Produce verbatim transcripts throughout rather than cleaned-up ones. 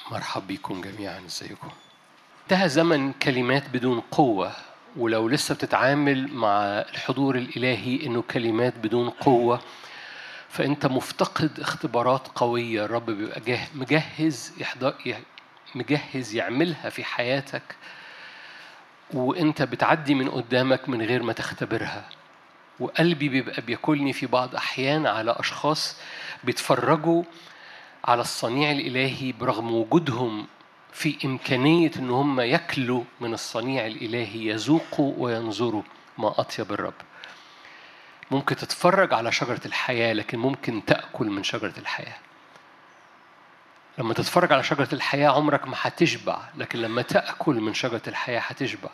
مرحب بكم جميعا، ازيكم؟ انتهى زمن كلمات بدون قوة، ولو لسه بتتعامل مع الحضور الإلهي إنه كلمات بدون قوة فأنت مفتقد اختبارات قوية. الرب بيبقى جاه مجهز يحضر مجهز يعملها في حياتك، وأنت بتعدي من قدامك من غير ما تختبرها. وقلبي بيبقى بياكلني في بعض أحيان على أشخاص بيتفرجوا على الصنيع الإلهي برغم وجودهم في إمكانية إن هم يأكلوا من الصنيع الإلهي، يذوقوا وينظروا ما أطيب الرب. ممكن تتفرج على شجرة الحياة لكن ممكن تأكل من شجرة الحياة. لما تتفرج على شجرة الحياة عمرك ما هتشبع، لكن لما تأكل من شجرة الحياة هتشبع.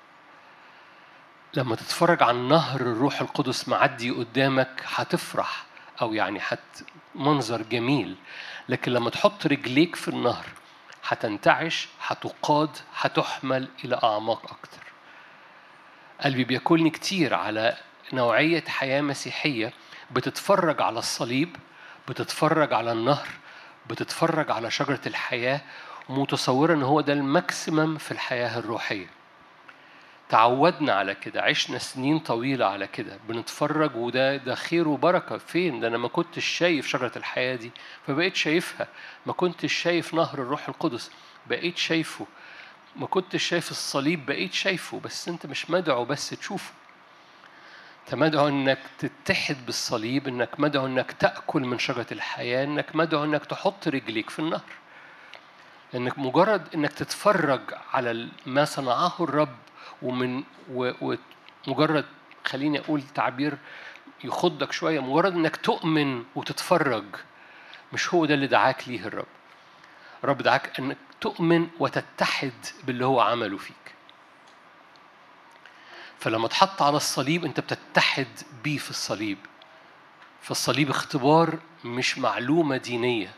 لما تتفرج عن نهر الروح القدس معدي قدامك هتفرح، أو يعني حت منظر جميل. لكن لما تحط رجليك في النهر هتنتعش، هتقاد، هتحمل إلى أعماق أكتر. قلبي بياكلني كتير على نوعية حياة مسيحية بتتفرج على الصليب، بتتفرج على النهر، بتتفرج على شجرة الحياة، ومتصورة أن هو ده الماكسيمم في الحياة الروحية. تعودنا على كده، عشنا سنين طويلة على كده بنتفرج، وده ده خير وبركة. فين ده؟ أنا ما كنتش شايف شجرة الحياة دي فبقيت شايفها. ما كنتش شايف نهر الروح القدس بقيت شايفه. ما كنتش شايف الصليب بقيت شايفه. بس أنت مش مدعو بس تشوفه، أنت مدعو أنك تتحد بالصليب، أنك مدعو أنك تأكل من شجرة الحياة، أنك مدعو أنك تحط رجليك في النهر. لأنك مجرد أنك تتفرج على ما صنعه الرب ومن ومجرد خليني أقول تعبير يخضك شوية، مجرد أنك تؤمن وتتفرج مش هو ده اللي دعاك ليه الرب. الرب دعاك أنك تؤمن وتتحد باللي هو عمله فيك. فلما تحط على الصليب أنت بتتحد بيه في الصليب. فالصليب اختبار مش معلومة دينية.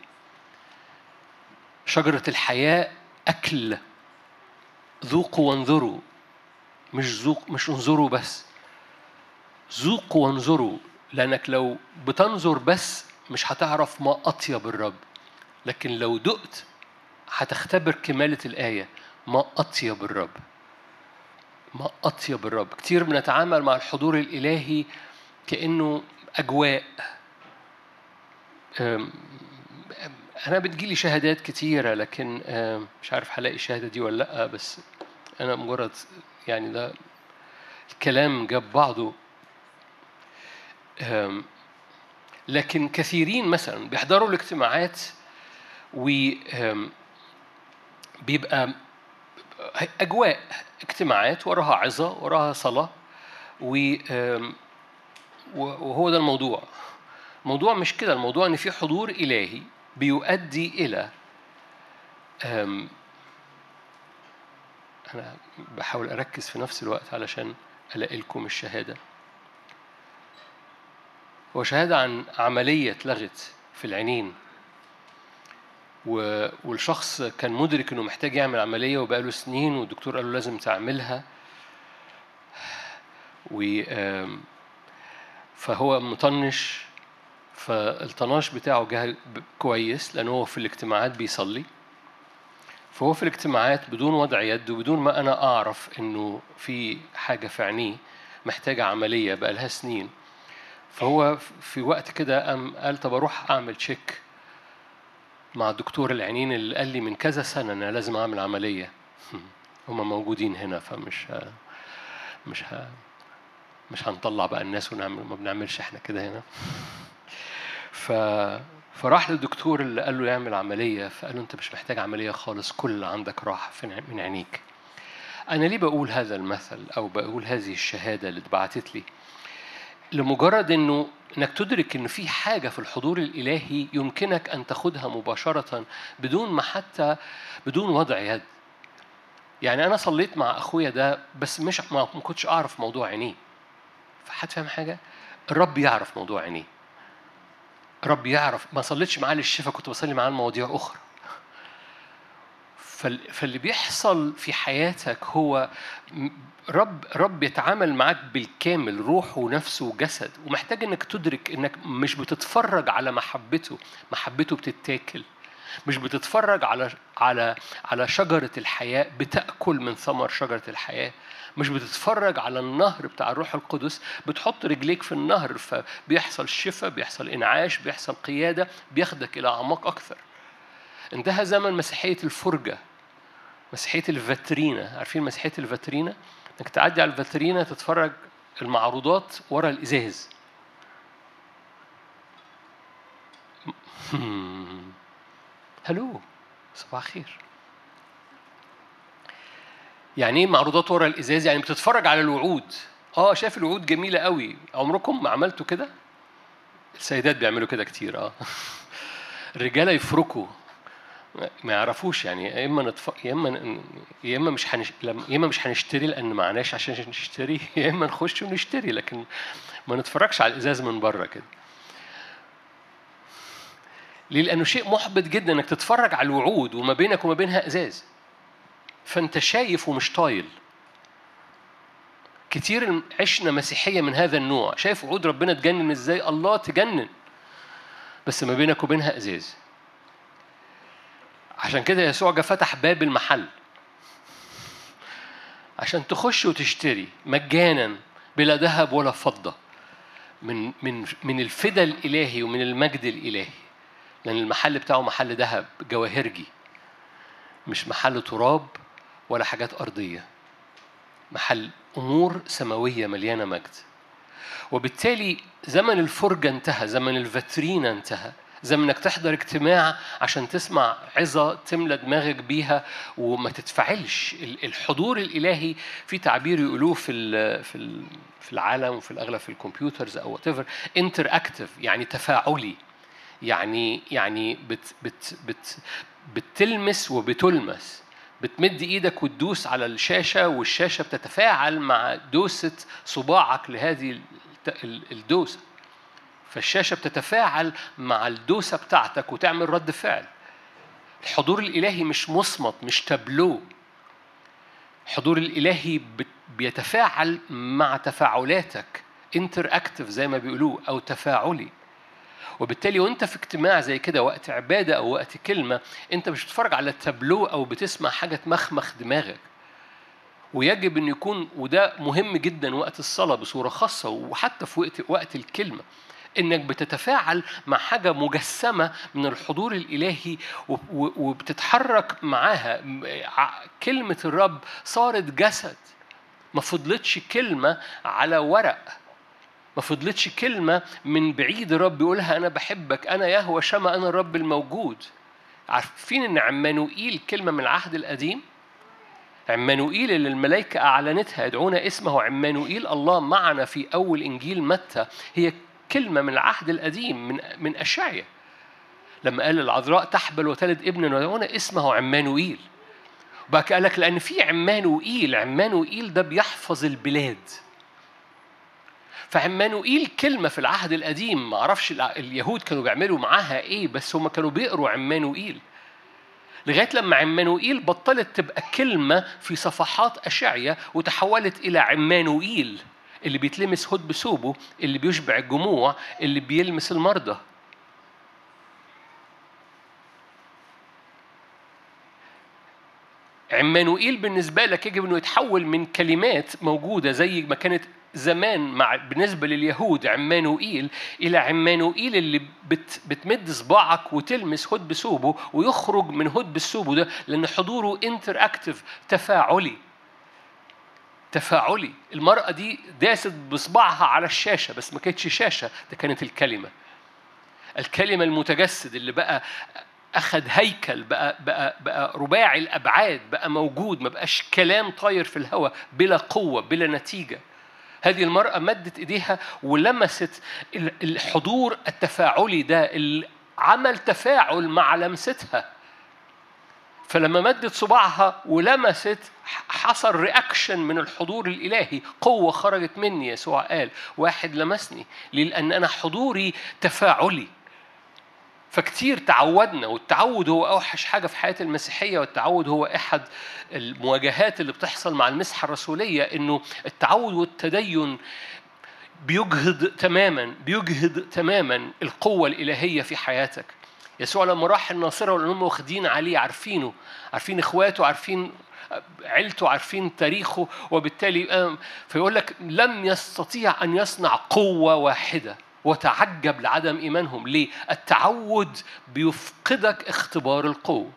شجرة الحياة أكل، ذوقوا وانظروا. مش ذوق مش انظروا بس، ذوقوا وانظروا. لأنك لو بتنظر بس مش هتعرف ما أطيب الرب، لكن لو دقت هتختبر كمالة الآية، ما أطيب الرب. ما أطيب الرب. كتير بنتعامل مع الحضور الإلهي كأنه أجواء. أنا بتجيلي شهادات كتيرة لكن مش عارف هلاقي الشهادة دي ولا لأ، بس أنا مجرد يعني ده الكلام جاب بعضه. لكن كثيرين مثلا بيحضروا الاجتماعات وبيبقى أجواء اجتماعات وراها عظة وراها صلاة، وهو ده الموضوع. الموضوع مش كده. الموضوع إن في حضور إلهي بيؤدي إلى أنا بحاول أركز في نفس الوقت علشان ألاقي لكم الشهادة. هو شهادة عن عملية اتلغت في العينين، والشخص كان مدرك إنه محتاج يعمل عملية وبقاله سنين، والدكتور قال له لازم تعملها. و فهو مطنش، فالطناش بتاعه جه كويس لأنه هو في الاجتماعات بيصلي. فهو في الاجتماعات بدون وضع يد وبدون ما أنا أعرف إنه في حاجة في عينيه محتاجة عملية بقى لها سنين. فهو في وقت كده قام قال طب أروح أعمل تشيك مع دكتور العينين اللي قال لي من كذا سنة أنا لازم أعمل عملية. هم موجودين هنا فمش ها مش ها مش هنطلع بقى الناس ونعمل ما بنعملش إحنا كده هنا. ف فراح للدكتور اللي قال له يعمل عملية، فقال له أنت مش محتاج عملية خالص، كل عندك راحة من عينيك. أنا ليه بقول هذا المثل أو بقول هذه الشهادة اللي اتبعتت لي؟ لمجرد إنه إنك تدرك إن في حاجة في الحضور الإلهي يمكنك أن تأخذها مباشرة بدون ما حتى بدون وضع يد. يعني أنا صليت مع أخويا ده بس مش ما كنتش أعرف موضوع عينيه. فحد فاهم حاجة؟ الرب يعرف موضوع عينيه. رب يعرف. ما صليتش معاه للشفاء، كنت بصلي معاه المواضيع أخرى. فاللي بيحصل في حياتك هو رب رب يتعامل معك بالكامل، روح ونفس وجسد، ومحتاج انك تدرك انك مش بتتفرج على محبته، محبته بتتاكل. مش بتتفرج على على على شجرة الحياة بتأكل من ثمر شجرة الحياة. مش بتتفرج على النهر بتاع الروح القدس بتحط رجليك في النهر فبيحصل شفاء، بيحصل إنعاش، بيحصل قيادة، بياخدك إلى أعماق أكثر. انتهى زمن مسيحية الفرجة، مسيحية الفاترينا. عارفين مسيحية الفاترينا؟ انك تعدي على الفاترينا تتفرج المعروضات ورا الإزاز. هلو، صباح خير. يعني ايه معروضات ورا الإزاز؟ يعني بتتفرج على الوعود. اه شايف الوعود جميلة قوي. عمركم ما عملتوا كده؟ السيدات بيعملوا كده كتير. اه الرجالة يفركوا ما يعرفوش يعني يا اما نتف... يا اما يا اما مش هنش... يا اما مش هنشتري لان معناش عشان نشتري، يا اما نخش ونشتري لكن ما نتفرجش على الازاز من بره كده. ليه؟ لانه شيء محبط جدا انك تتفرج على الوعود وما بينك وما بينها ازاز، فانت شايف ومش طايل. كتير عشنا مسيحيه من هذا النوع، شايف وعود ربنا تجنن ازاي، الله تجنن، بس ما بينك وبينها ازاز. عشان كده يسوع جاء فتح باب المحل عشان تخش وتشتري مجانا بلا ذهب ولا فضة من من من الفدا الإلهي ومن المجد الإلهي، لأن المحل بتاعه محل ذهب جواهرجي، مش محل تراب ولا حاجات أرضية، محل أمور سماوية مليانة مجد. وبالتالي زمن الفرجة انتهى، زمن الفاترينا انتهى، زمن انك تحضر اجتماع عشان تسمع عظة تملى دماغك بيها وما تتفعلش. الحضور الإلهي في تعبير يقولوه في في في العالم وفي الأغلب في الكمبيوترز أو whatever interactive، يعني تفاعلي، يعني يعني بت بت بت بتلمس وبتلمس، بتمد ايدك وتدوس على الشاشة والشاشة بتتفاعل مع دوسة صباعك لهذه الدوسة، فالشاشة بتتفاعل مع الدوسة بتاعتك وتعمل رد فعل. الحضور الإلهي مش مصمت، مش تابلو. الحضور الإلهي بيتفاعل مع تفاعلاتك، انتراكتيف زي ما بيقولوه أو تفاعلي. وبالتالي وانت في اجتماع زي كده وقت عبادة أو وقت كلمة، انت مش بتتفرج على التابلو أو بتسمع حاجة تمخمخ دماغك. ويجب أن يكون، وده مهم جدا وقت الصلاة بصورة خاصة وحتى في وقت وقت الكلمة، إنك بتتفاعل مع حاجة مجسمة من الحضور الإلهي وبتتحرك معاها. كلمة الرب صارت جسد، ما فضلتش كلمة على ورق، ما فضلتش كلمة من بعيد الرب يقولها أنا بحبك، أنا يهوه شما، أنا الرب الموجود. عارفين إن عمانوئيل كلمة من العهد القديم؟ عمانوئيل اللي الملائكة أعلنتها يدعون اسمه عمانوئيل، الله معنا في أول إنجيل متى، هي كلمة من العهد القديم من من أشعيا لما قال العذراء تحبل وتلد ابنا ويدعون اسمه عمانوئيل. وبقى قال لك لأن في عمانوئيل، عمانوئيل ده بيحفظ البلاد. فعمانوئيل كلمة في العهد القديم، ما أعرفش اليهود كانوا بيعملوا معاها إيه، بس هم كانوا بيقروا عمانوئيل لغاية لما عمانوئيل بطلت تبقى كلمة في صفحات أشعيا وتحولت إلى عمانوئيل اللي بيتلمس هد بثوبه، اللي بيشبع الجموع، اللي بيلمس المرضى. عمانوئيل بالنسبة لك يجب أنه يتحول من كلمات موجودة زي ما كانت زمان مع بالنسبة لليهود عمانوئيل إلى عمانوئيل اللي بت بتمد صباعك وتلمس هد بثوبه ويخرج من هد بثوبه ده، لأن حضوره انتراكتيف، تفاعلي. تفاعلي. المرأة دي داست بصباعها على الشاشة، بس ما كانتش شاشة، ده كانت الكلمة. الكلمة المتجسد اللي بقى أخذ هيكل، بقى بقى بقى رباعي الأبعاد، بقى موجود، ما بقاش كلام طاير في الهواء بلا قوة بلا نتيجة. هذه المرأة مدت إيديها ولمست الحضور التفاعلي ده، عمل تفاعل مع لمستها. فلما مدت صباعها ولمست حصل رياكشن من الحضور الإلهي، قوة خرجت مني. يسوع قال واحد لمسني، لأن أنا حضوري تفاعلي. فكتير تعودنا، والتعود هو أوحش حاجة في حياة المسيحية، والتعود هو أحد المواجهات اللي بتحصل مع المسحة الرسولية، إنه التعود والتدين بيجهد تماما بيجهد تماما القوة الإلهية في حياتك. يسوع لما راح الناصرة والأمم واخدين عليه، عارفينه، عارفين إخواته، عارفين عيلته، عارفين تاريخه، وبالتالي فيقول لك لم يستطيع أن يصنع قوة واحدة وتعجب لعدم إيمانهم. ليه؟ التعود بيفقدك اختبار القوة.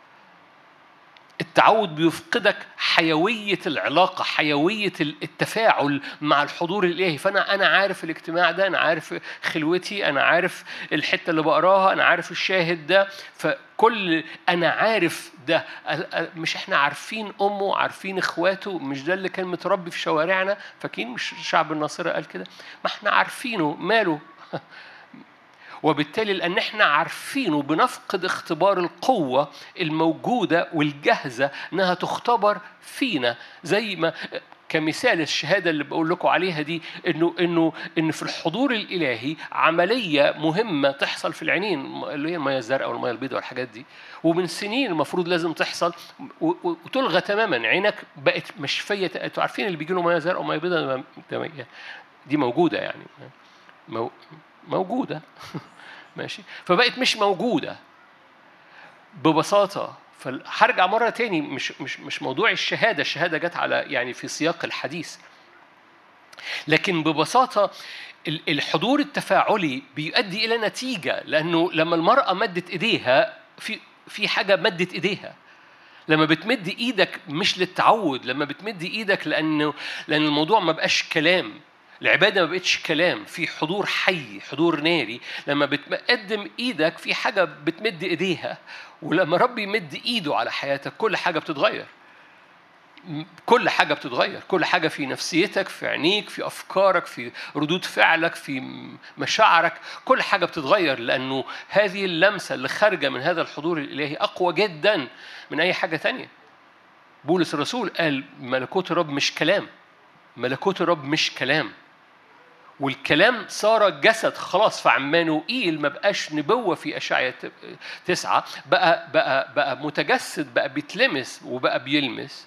التعود بيفقدك حيوية العلاقة، حيوية التفاعل مع الحضور الإلهي. فأنا أنا عارف الاجتماع ده، أنا عارف خلوتي، أنا عارف الحتة اللي بقراها، أنا عارف الشاهد ده، فكل أنا عارف ده. مش إحنا عارفين أمه، عارفين إخواته؟ مش ده اللي كان متربي في شوارعنا؟ فاكرين مش شعب الناصرة قال كده؟ ما إحنا عارفينه، ماله؟ وبالتالي لأن احنا عارفينه بنفقد اختبار القوة الموجودة والجاهزة انها تختبر فينا. زي ما كمثال الشهادة اللي بقول لكم عليها دي، إنه إنه إن في الحضور الإلهي عملية مهمة تحصل في العينين، اللي هي المياه الزرقاء والمياه البيضاء والحاجات دي، ومن سنين المفروض لازم تحصل وتلغى تماما. عينك بقت مشفية. أنتوا عارفين اللي بيجي له مياه زرقاء ومياه بيضاء دي موجودة، يعني موجودة ماشي، فبقت مش موجودة ببساطة. فهرجع مرة تاني، مش مش مش موضوع الشهادة، الشهادة جت على يعني في سياق الحديث، لكن ببساطة الحضور التفاعلي بيؤدي إلى نتيجة. لأنه لما المرأة مدت إيديها، في في حاجة مدت إيديها. لما بتمد إيدك مش للتعود، لما بتمد إيدك لأنه لأن الموضوع ما بقاش كلام، العبادة ما بقتش كلام، في حضور حي، حضور ناري. لما بتقدم إيدك في حاجة بتمد إيديها، ولما ربي يمد إيده على حياتك كل حاجة بتتغير. كل حاجة بتتغير، كل حاجة في نفسيتك، في عينيك، في أفكارك، في ردود فعلك، في مشاعرك، كل حاجة بتتغير. لأنه هذه اللمسة اللي خارجة من هذا الحضور الإلهي أقوى جدا من أي حاجة تانية. بولس الرسول قال ملكوت الرب مش كلام، ملكوت الرب مش كلام، والكلام صار جسد خلاص. فعمانوئيل ما بقاش نبوة في أشعياء تسعة، بقى بقى بقى متجسد، بقى بيتلمس وبقى بيلمس.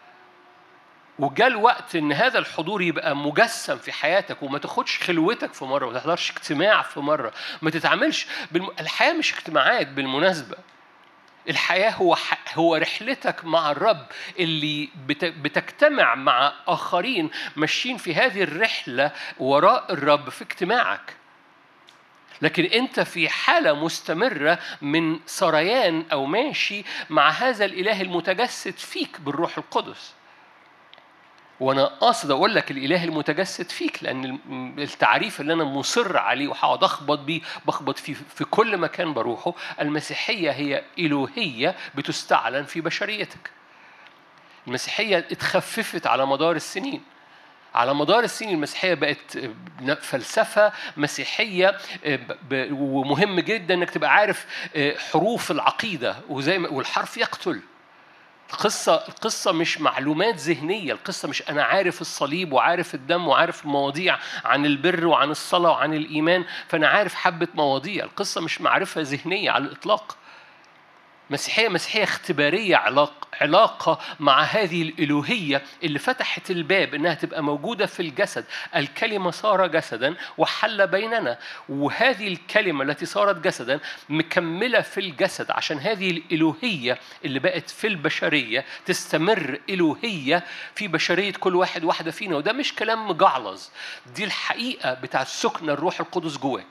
وجاء الوقت إن هذا الحضور يبقى مجسم في حياتك، وما تاخدش خلوتك في مرة، ما تحضرش اجتماع في مرة، ما تتعاملش بالم... الحياة مش اجتماعات بالمناسبة. الحياة هو هو رحلتك مع الرب اللي بتجتمع مع آخرين ماشيين في هذه الرحلة وراء الرب في اجتماعك. لكن أنت في حالة مستمرة من سريان أو ماشي مع هذا الإله المتجسد فيك بالروح القدس. وأنا قاصد أقول لك الإله المتجسد فيك، لأن التعريف اللي أنا مصر عليه وحاقعد أخبط بيه، بخبط فيه في كل مكان بروحه، المسيحية هي إلوهية بتستعلن في بشريتك. المسيحية اتخففت على مدار السنين، على مدار السنين المسيحية بقت فلسفة مسيحية. ومهم جدا أنك تبقى عارف حروف العقيدة، وزي ما والحرف يقتل. القصة القصة مش معلومات ذهنية، القصة مش أنا عارف الصليب وعارف الدم وعارف مواضيع عن البر وعن الصلاة وعن الإيمان فأنا عارف حبة مواضيع. القصة مش معرفة ذهنية على الإطلاق. مسيحية مسيحية اختبارية، علاقة علاقة مع هذه الإلوهية اللي فتحت الباب إنها تبقى موجودة في الجسد. الكلمة صار جسدا وحل بيننا، وهذه الكلمة التي صارت جسدا مكملة في الجسد عشان هذه الإلوهية اللي بقت في البشرية تستمر إلوهية في بشرية كل واحد واحدة فينا. وده مش كلام مجعلظ، دي الحقيقة بتاع سكن الروح القدس جواك.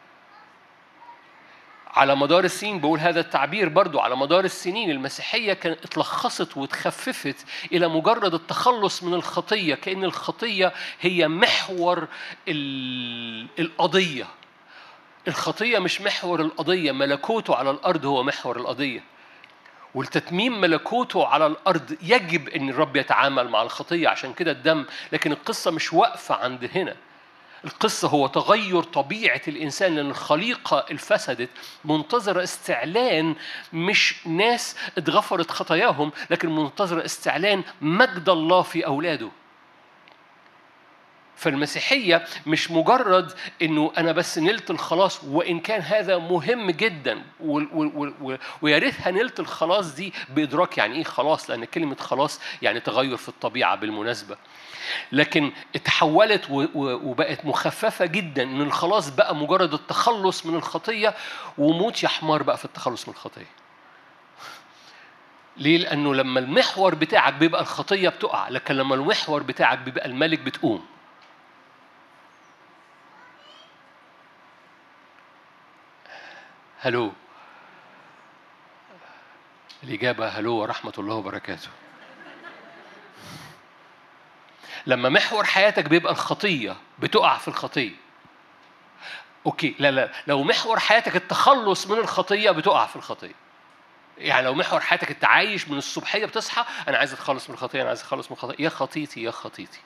على مدار السنين، بقول هذا التعبير برضو، على مدار السنين المسيحية كانت اتلخصت وتخففت إلى مجرد التخلص من الخطية، كأن الخطية هي محور القضية. الخطية مش محور القضية، ملكوته على الأرض هو محور القضية. والتتميم ملكوته على الأرض يجب أن الرب يتعامل مع الخطية، عشان كده الدم. لكن القصة مش واقفة عند هنا، القصة هو تغير طبيعة الإنسان، لأن الخليقة الفسدت منتظرة استعلان، مش ناس اتغفرت خطاياهم، لكن منتظرة استعلان مجد الله في أولاده. فالمسيحية مش مجرد إنه أنا بس نلت الخلاص، وإن كان هذا مهم جدا، ويا ريتها نلت الخلاص دي بإدراك يعني إيه خلاص، لأن كلمة خلاص يعني تغير في الطبيعة بالمناسبة، لكن اتحولت وبقت مخففة جدا إن الخلاص بقى مجرد التخلص من الخطية، وموت يا حمار بقى في التخلص من الخطية. ليه؟ لأنه لما المحور بتاعك بيبقى الخطية بتقع، لكن لما المحور بتاعك بيبقى الملك بتقوم. هلو، الإجابة هلو ورحمة الله وبركاته. لما محور حياتك بيبقى الخطية بتقع في الخطية. أوكي، لا لا، لو محور حياتك التخلص من الخطية بتقع في الخطية. يعني لو محور حياتك انت عايش من الصبحيه بتصحى انا عايز اتخلص من الخطيه، انا عايز اتخلص من الخطيه، يا خطيتي يا خطيتي.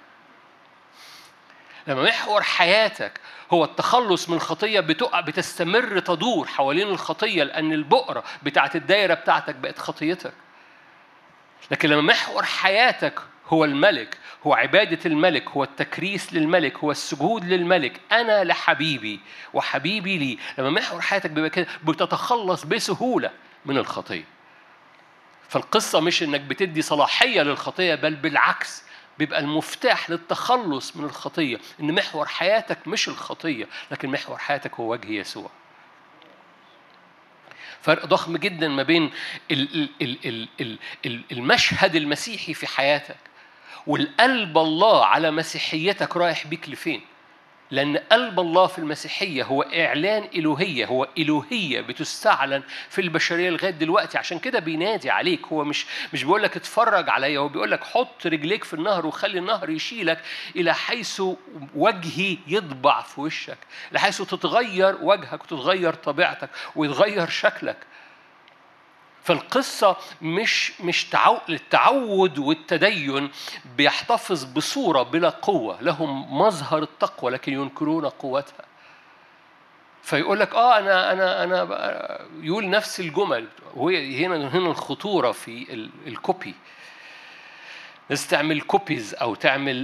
لما محور حياتك هو التخلص من الخطيه بتقع، بتستمر تدور حوالين الخطيه، لان البؤره بتاعت الدايره بتاعتك بقت خطيتك. لكن لما محور حياتك هو الملك، هو عباده الملك، هو التكريس للملك، هو السجود للملك، انا لحبيبي وحبيبي لي، لما محور حياتك بيبقى كده بتتخلص بسهوله من الخطية. فالقصة مش إنك بتدي صلاحية للخطية، بل بالعكس بيبقى المفتاح للتخلص من الخطية إن محور حياتك مش الخطية، لكن محور حياتك هو وجه يسوع. فرق ضخم جدا ما بين المشهد المسيحي في حياتك والقلب الله على مسيحيتك رايح بيك لفين. لأن قلب الله في المسيحية هو إعلان إلوهية، هو إلوهية بتستعلن في البشرية لغاية دلوقتي. عشان كده بينادي عليك، هو مش مش بيقول لك اتفرج عليا، هو بيقول لك حط رجليك في النهر وخلي النهر يشيلك إلى حيث وجهي يطبع في وشك، لحيث تتغير وجهك وتتغير طبيعتك ويتغير شكلك. فالقصة مش مش تعود التعود والتدين بيحتفظ بصورة بلا قوة، لهم مظهر التقوى لكن ينكرون قوتها. فيقول لك آه أنا أنا أنا يقول نفس الجمل، وهي هنا هنا الخطورة في الكوبي. ناس تعمل كوبيز أو تعمل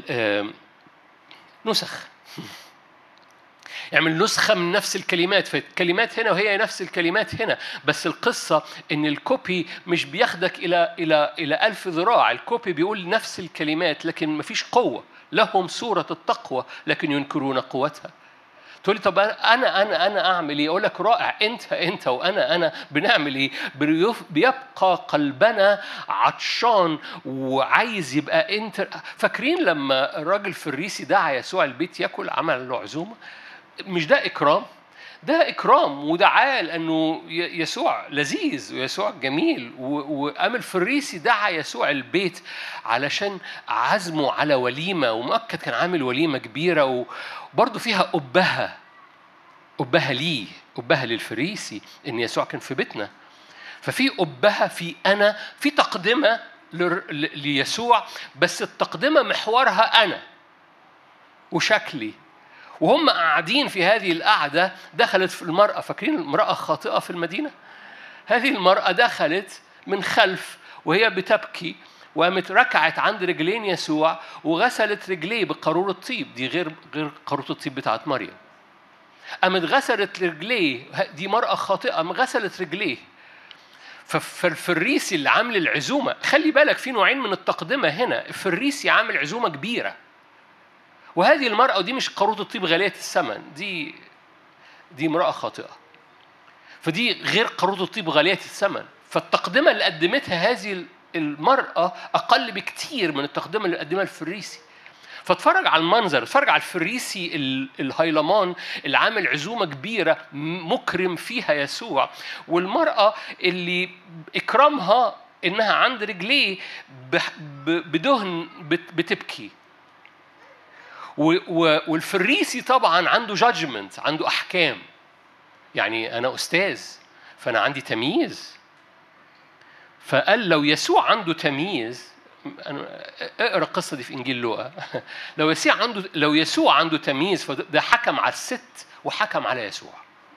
نسخ، يعمل نسخة من نفس الكلمات، فالكلمات هنا وهي نفس الكلمات هنا، بس القصة إن الكوبي مش بياخدك إلى إلى إلى ألف ذراع. الكوبي بيقول نفس الكلمات لكن مفيش قوة، لهم صورة التقوى لكن ينكرون قوتها. تقولي طب أنا أنا أنا أعمل إيه؟ أقول لك رائع، أنت أنت وأنا أنا بنعمل إيه؟ بيبقى قلبنا عطشان وعايز يبقى أنت. فاكرين لما الراجل الفريسي دعا يسوع البيت يأكل، عمل له عزومة؟ مش ده إكرام؟ ده إكرام ودعاء، لأنه يسوع لذيذ ويسوع جميل. وقام الفريسي دعا يسوع البيت علشان عزمه على وليمة، ومؤكد كان عامل وليمة كبيرة وبرضو فيها أبهة أبهة ليه، أبهة للفريسي إن يسوع كان في بيتنا. ففي أبهة في أنا، في تقدمة ليسوع، بس التقدمة محورها أنا وشكلي. وهم قاعدين في هذه القعدة دخلت في المرأة، فاكرين المرأة خاطئة في المدينة؟ هذه المرأة دخلت من خلف وهي بتبكي، وقامت ركعت عند رجلين يسوع وغسلت رجليه بقارورة الطيب. دي غير غير قارورة الطيب بتاعت مريم. قامت غسلت رجليه، دي مرأة خاطئة، قامت غسلت رجليه. فالفريسي اللي عامل العزومة، خلي بالك في نوعين من التقدمة هنا. الفريسي عامل عزومة كبيرة، وهذه المرأة، ودي مش قارورة الطيب غالية الثمن، دي دي امرأة خاطئة، فدي غير قارورة الطيب غالية الثمن. فالتقدمة اللي قدمتها هذه المرأة أقل بكتير من التقدمة اللي قدمها الفريسي. فاتفرج على المنظر، اتفرج على الفريسي الهيلمان اللي عامل عزومة كبيرة مكرم فيها يسوع، والمرأة اللي إكرامها إنها عند رجليه بدهن بتبكي. والفريسي طبعا عنده جادجمنت، عنده أحكام. يعني أنا أستاذ فأنا عندي تمييز. فقال لو يسوع عنده تمييز، اقرأ القصة دي في إنجيل لوقا. لو يسوع عنده لو يسوع عنده تمييز، فده حكم على الست وحكم على يسوع.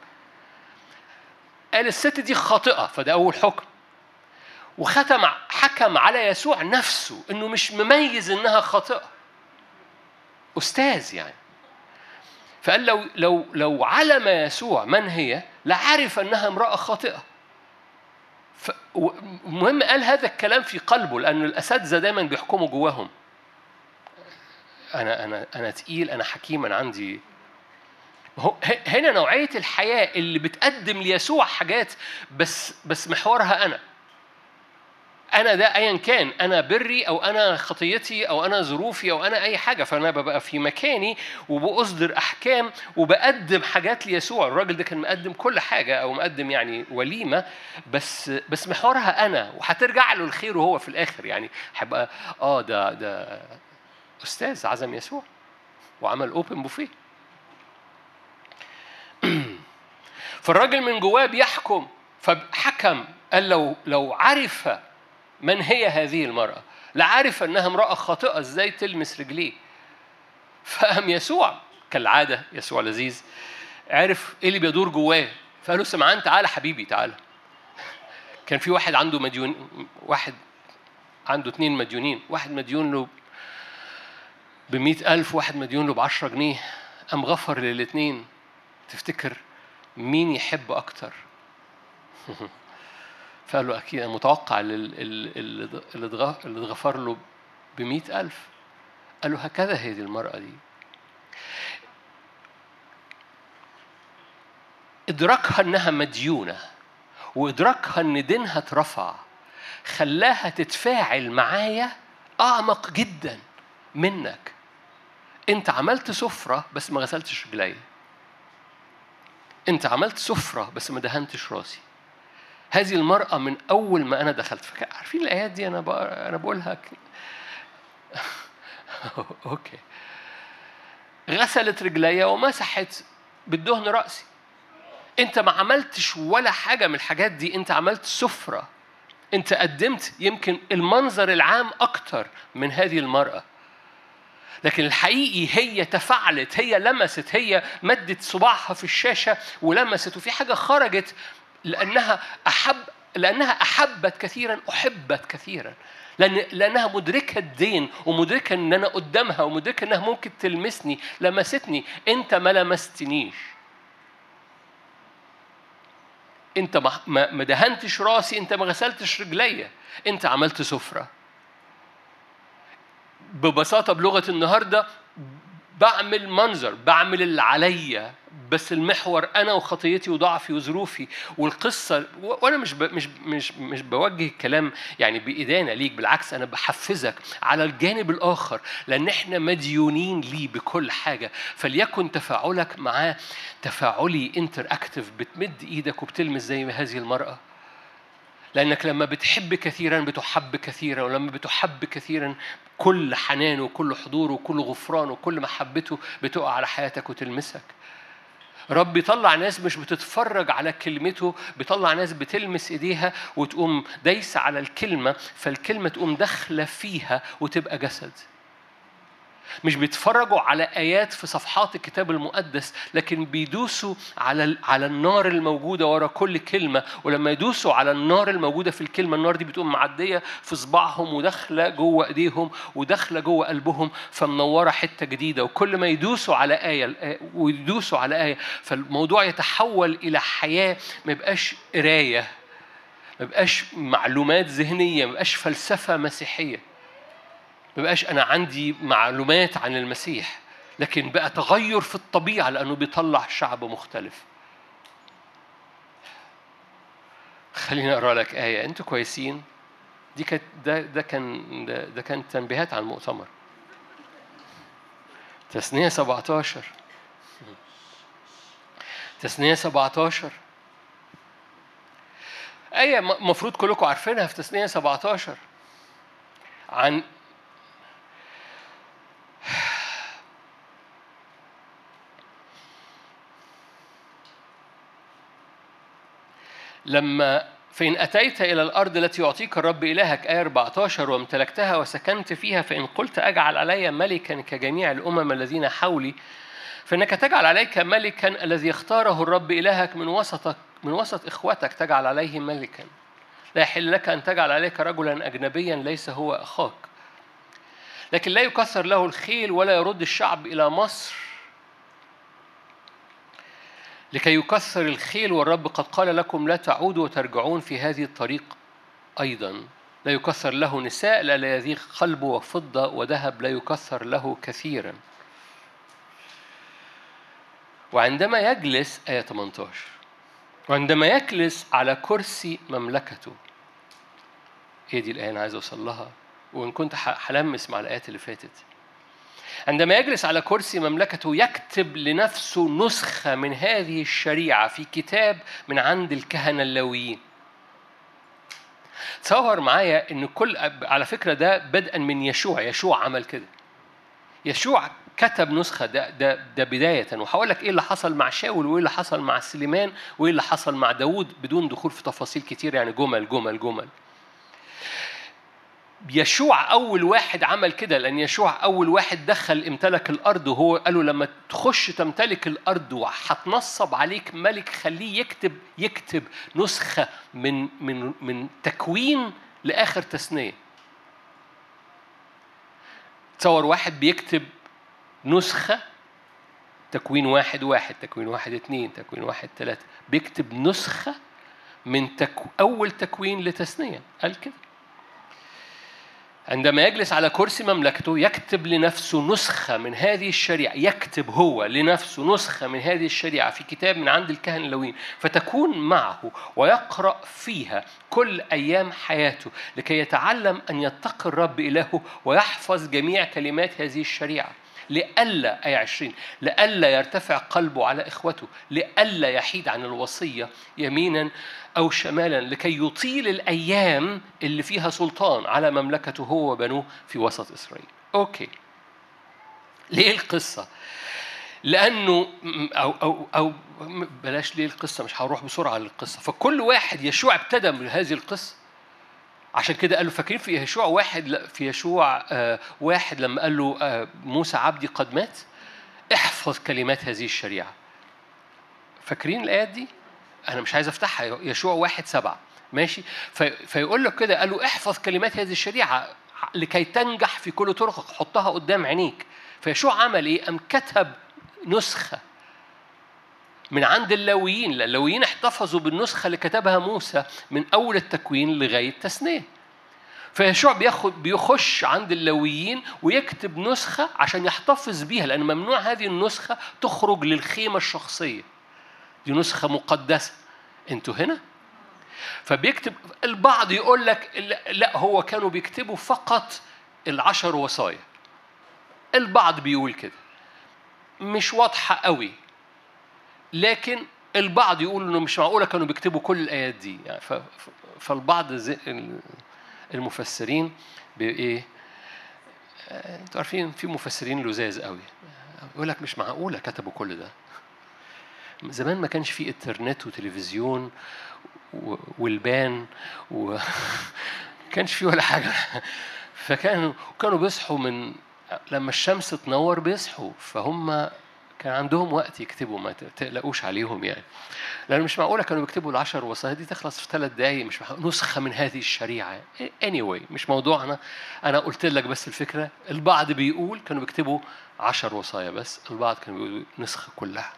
قال الست دي خاطئة، فده أول حكم. وختم حكم على يسوع نفسه إنه مش مميز إنها خاطئة. أستاذ يعني. فقال لو لو لو علم يسوع من هي لعرف أنها امرأة خاطئة. المهم قال هذا الكلام في قلبه، لأن الأساتذة دايما بيحكموا جواهم. أنا أنا أنا تقيل، أنا حكيم، أنا عندي. هنا نوعية الحياة اللي بتقدم ليسوع حاجات بس بس محورها أنا. أنا ده أيا كان، أنا بري أو أنا خطيتي أو أنا ظروفي أو أنا أي حاجة، فأنا ببقى في مكاني وبأصدر أحكام وبقدم حاجات ليسوع. الراجل ده كان مقدم كل حاجة أو مقدم يعني وليمة بس بس محورها أنا، وهترجع له الخير وهو في الآخر يعني هيبقى آه ده ده أستاذ عزم يسوع وعمل أوبن بوفيه. فالراجل من جواه بيحكم، فحكم قال لو لو عرف من هي هذه المرأة لعرف أنها امرأة خاطئة، إزاي تلمس رجليه. فهم يسوع كالعادة، يسوع لذيذ، عرف إيه اللي بيدور جواه، فقال له سمعان تعالى حبيبي تعالى. كان في واحد عنده مديون، واحد عنده اتنين مديونين، واحد مديون له بمئة ألف، واحد مديون له بعشرة جنيه. قام غفر للاتنين. تفتكر مين يحب أكتر؟ فقال له أكيد أنا متوقع اللي اتغفر له بمئة ألف. قال له هكذا هذه المرأة دي، إدراكها أنها مديونة وإدراكها أن دينها اترفع خلاها تتفاعل معايا أعمق جدا منك. أنت عملت سفرة بس ما غسلتش رجلي، أنت عملت سفرة بس ما دهنتش راسي. هذه المرأة من أول ما أنا دخلت، عارفين الآيات دي أنا أنا بقولها أوكي. غسلت رجلي ومسحت بالدهن رأسي. أنت ما عملتش ولا حاجة من الحاجات دي، أنت عملت سفرة. أنت قدمت يمكن المنظر العام أكتر من هذه المرأة، لكن الحقيقي هي تفعلت، هي لمست، هي مدت صباعها في الشاشة ولمست، وفي حاجة خرجت لأنها أحب لأنها أحبت كثيرا، أحبت كثيرا، لأن لأنها مدركة الدين ومدركة أن أنا قدامها ومدركة أنها ممكن تلمسني. لمستني. أنت ما لمستنيش، أنت ما دهنتش راسي، أنت ما غسلتش رجلي، أنت عملت سفرة. ببساطة بلغة النهاردة بعمل منظر، بعمل اللي عليا، بس المحور أنا وخطيتي وضعفي وظروفي والقصة. وأنا مش مش مش مش بوجه الكلام يعني بإدانة ليك، بالعكس أنا بحفزك على الجانب الآخر، لأن إحنا مديونين ليه بكل حاجة. فليكن تفاعلك معاه تفاعلي انتر أكتف، بتمد إيدك وبتلمس زي هذه المرأة، لأنك لما بتحب كثيرا بتحب كثيرا، ولما بتحب كثيرا كل حنانه وكل حضوره وكل غفرانه وكل محبته بتقع على حياتك وتلمسك. رب بيطلع ناس مش بتتفرج على كلمته، بيطلع ناس بتلمس إيديها وتقوم دايسة على الكلمة، فالكلمة تقوم داخلة فيها وتبقى جسد. مش بيتفرجوا على آيات في صفحات الكتاب المقدس، لكن بيدوسوا على على النار الموجودة ورا كل كلمة. ولما يدوسوا على النار الموجودة في الكلمة، النار دي بتقوم معدية في صباعهم وداخلة جوه إيديهم وداخلة جوه قلبهم، فمنورة حتة جديدة. وكل ما يدوسوا على آية ويدوسوا على آية، فالموضوع يتحول إلى حياة. ما يبقاش قراية، ما يبقاش معلومات ذهنية، ما يبقاش فلسفة مسيحية، ما بقاش أنا عندي معلومات عن المسيح، لكن بقى تغير في الطبيعة لأنه بيطلع شعب مختلف. خليني أقرأ لك آية. أنتوا كويسين؟ دي كانت ده ده كان ده, ده كان تنبيهات عن المؤتمر. تثنية سبعتاشر تثنية سبعتاشر آية مفروض كلكم عارفينها. في تثنية سبعتاشر عن لما فإن أتيت إلى الأرض التي يعطيك الرب إلهك، آية أربعة عشر، وامتلكتها وسكنت فيها، فإن قلت أجعل علي ملكا كجميع الأمم الذين حولي، فإنك تجعل عليك ملكا الذي اختاره الرب إلهك من وسطك من وسط إخوتك، تجعل عليه ملكا. لا يحل لك أن تجعل عليك رجلا أجنبيا ليس هو أخاك. لكن لا يكسر له الخيل ولا يرد الشعب إلى مصر لكي يكسر الخيل، والرب قد قال لكم لا تعودوا وترجعون في هذه الطريق أيضا. لا يكسر له نساء لا يذيق قلبه، وفضة وذهب لا يكسر له كثيرا. وعندما يجلس آية ثمانية عشر، وعندما يجلس على كرسي مملكته. هي دي الآية أنا عايز أوصل لها، وإن كنت حلمس مع الآيات اللي فاتت. عندما يجلس على كرسي مملكته يكتب لنفسه نسخة من هذه الشريعة في كتاب من عند الكهنة اللاويين. تصور معايا إن كل، على فكرة ده بدءا من يشوع. يشوع عمل كده. يشوع كتب نسخة. ده ده ده بداية. وهقول لك إيه اللي حصل مع شاول وإيه اللي حصل مع سليمان وإيه اللي حصل مع داود بدون دخول في تفاصيل كتير، يعني جمل جمل جمل. يشوع أول واحد عمل كده، لأن يشوع أول واحد دخل امتلك الأرض، وهو قالوا لما تخش تمتلك الأرض وهتنصب عليك ملك خليه يكتب يكتب نسخة من من من تكوين لآخر تثنية. تصور واحد بيكتب نسخة تكوين واحد واحد، تكوين واحد اتنين، تكوين واحد تلاتة، بيكتب نسخة من تكو أول تكوين لتثنية. قال كده عندما يجلس على كرسي مملكته يكتب لنفسه نسخة من هذه الشريعة. يكتب هو لنفسه نسخة من هذه الشريعة في كتاب من عند الكهنة اللاويين، فتكون معه ويقرأ فيها كل أيام حياته لكي يتعلم أن يتقي الرب إلهه ويحفظ جميع كلمات هذه الشريعة، لئلا أي عشرين لئلا يرتفع قلبه على إخوته، لئلا يحيد عن الوصية يمينا أو شمالا، لكي يطيل الأيام اللي فيها سلطان على مملكته هو وبنوه في وسط إسرائيل. أوكي، ليه القصة؟ لأنه أو أو أو بلاش ليه القصة، مش هروح بسرعة للقصة. فكل واحد يشوع ابتدى من هذه القصة. عشان كده قالوا فاكرين في يشوع واحد في يشوع آه واحد لما قال له آه موسى عبدي قد مات، احفظ كلمات هذه الشريعة. فاكرين الآيات دي؟ أنا مش عايز أفتحها. يشوع واحد سبعة ماشي. في فيقول له كده، قال له احفظ كلمات هذه الشريعة لكي تنجح في كل طرقك، حطها قدام عينيك. فيشوع عمل إيه؟ أم كتب نسخة من عند اللاويين. اللاويين احتفظوا بالنسخة اللي كتبها موسى من أول التكوين لغاية تثنية. فيشوع بياخد بيخش عند اللاويين ويكتب نسخة عشان يحتفظ بيها، لأن ممنوع هذه النسخة تخرج للخيمة الشخصية. دي نسخة مقدسة. أنتوا هنا؟ فبيكتب. البعض يقول لك لا، هو كانوا بيكتبوا فقط العشر وصايا. البعض بيقول كده، مش واضحة قوي. لكن البعض يقول إنه مش معقولة كانوا بيكتبوا كل الآيات دي يعني. فالبعض المفسرين بإيه؟ أنتوا عارفين في مفسرين لزاز قوي يقول لك مش معقولة كتبوا كل ده. زمان ما كانش فيه انترنت وتلفزيون والبان و كانش فيه ولا حاجة. فكانوا كانوا بيصحوا من لما الشمس تنور بيصحوا، فهم كان عندهم وقت يكتبوا. ما تقلقوش عليهم يعني، لأن مش معقولة كانوا بيكتبوا العشر وصايا دي تخلص في ثلاث دقايق. مش معقولة نسخة من هذه الشريعة. anyway مش موضوعنا. أنا قلت لك بس الفكرة. البعض بيقول كانوا بيكتبوا عشر وصايا بس، البعض كانوا بيقولوا نسخة كلها.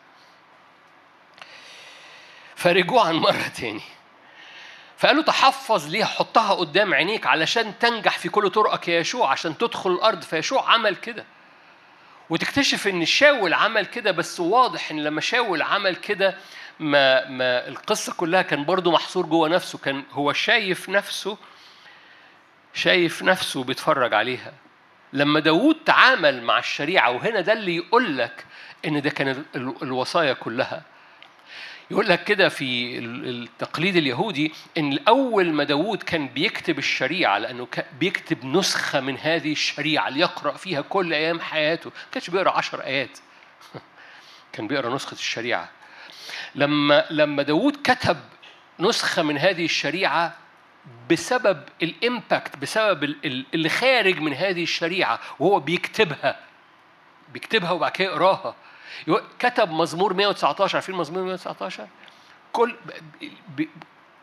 فرجوعا مرة تاني فقالوا تحفظ ليها، حطها قدام عينيك علشان تنجح في كل طرقك يا يشوع، عشان تدخل الأرض. فيشوع عمل كده. وتكتشف ان شاول عمل كده، بس واضح ان لما شاول عمل كده ما ما القصة كلها كان برضو محصور جوه نفسه. كان هو شايف نفسه شايف نفسه بيتفرج عليها. لما داود تعامل مع الشريعة، وهنا ده اللي يقول لك ان ده كان الوصايا كلها. يقول لك كده في التقليد اليهودي إن أول ما داود كان بيكتب الشريعة، لأنه بيكتب نسخة من هذه الشريعة ليقرأ فيها كل أيام حياته. ما كانش بيقرأ عشر آيات، كان بيقرأ نسخة الشريعة. لما لما داود كتب نسخة من هذه الشريعة بسبب الإمباكت، بسبب اللي خارج من هذه الشريعة، وهو بيكتبها بيكتبها وبعد كده يقراها. كتب مزمور مئة وتسعة عشر. عارفين مزمور مئة وتسعة عشر؟ كل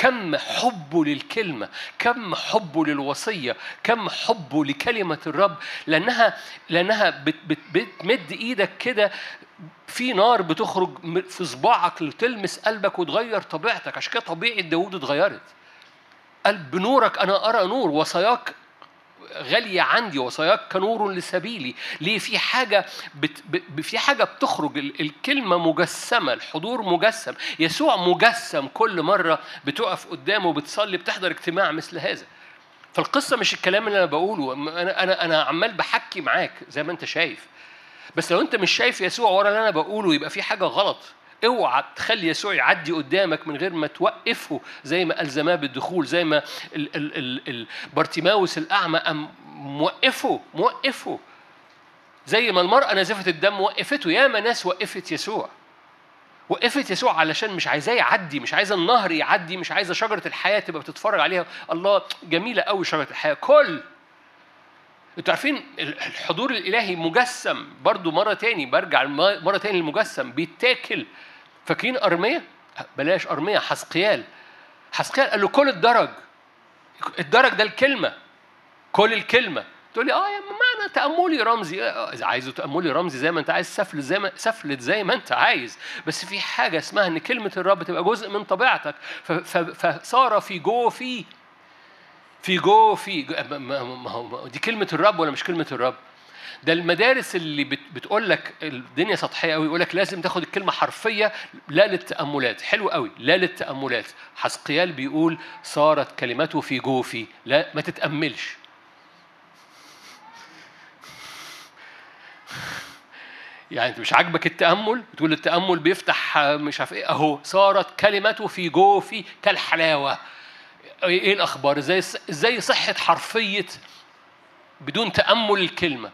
كم حبه للكلمة، كم حبه للوصية، كم حبه لكلمة الرب، لأنها لأنها بت بت بتمد إيدك كده في نار بتخرج في صباعك لتلمس قلبك وتغير طبيعتك. عشان كده طبيعة داود اتغيرت. قال بنورك أنا أرى نور، وصاياك غالية عندي، وصاياك كنور لسبيلي. ليه؟ في حاجة بت... ب... في حاجة بتخرج، الكلمة مجسمة، الحضور مجسم، يسوع مجسم. كل مرة بتقف قدامه وبتصلي بتحضر اجتماع مثل هذا. فالقصة مش الكلام اللي أنا بقوله، أنا أنا أنا عمال بحكي معاك زي ما أنت شايف. بس لو أنت مش شايف يسوع ورا اللي أنا بقوله يبقى في حاجة غلط. اوعى تخلي يسوع يعدي قدامك من غير ما توقفه، زي ما ألزماه بالدخول، زي ما ال ال ال ال بارتيماوس الأعمى أم موقفه موقفه زي ما المرأة نازفة الدم وقفته. ياما ناس وقفت يسوع، وقفت يسوع علشان مش عايزاه يعدي، مش عايزة النهر يعدي، مش عايزة شجرة الحياة تبقى بتتفرج عليها. الله جميلة قوي شجرة الحياة. كل انتوا عارفين الحضور الإلهي مجسم برضو. مرة تاني برجع مرة تاني للمجسم بيتاكل. فاكرين أرمية؟ بلاش أرمية، حسقيال. حسقيال قال له كل الدرج. الدرج ده الكلمة، كل الكلمة. تقول لي اه يا معنى تأملي رمزي. إذا عايزه تأملي رمزي زي ما أنت عايز، سفلت زي ما سفلت زي ما أنت عايز، بس في حاجة اسمها إن كلمة الرب تبقى جزء من طبيعتك. فصار في جو في في جو في دي كلمة الرب ولا مش كلمة الرب؟ ده المدارس اللي بتقول لك الدنيا سطحيه قوي يقول لك لازم تاخد الكلمه حرفيه، لا للتاملات. حلو قوي، لا للتاملات. حسقيال بيقول صارت كلمته في جوفي، لا ما تتاملش. يعني انت مش عاجبك التامل، بتقول التامل بيفتح مش عارف ايه، اهو صارت كلمته في جوفي كالحلاوه. ايه الاخبار؟ ازاي ازاي صحه حرفيه بدون تامل الكلمه؟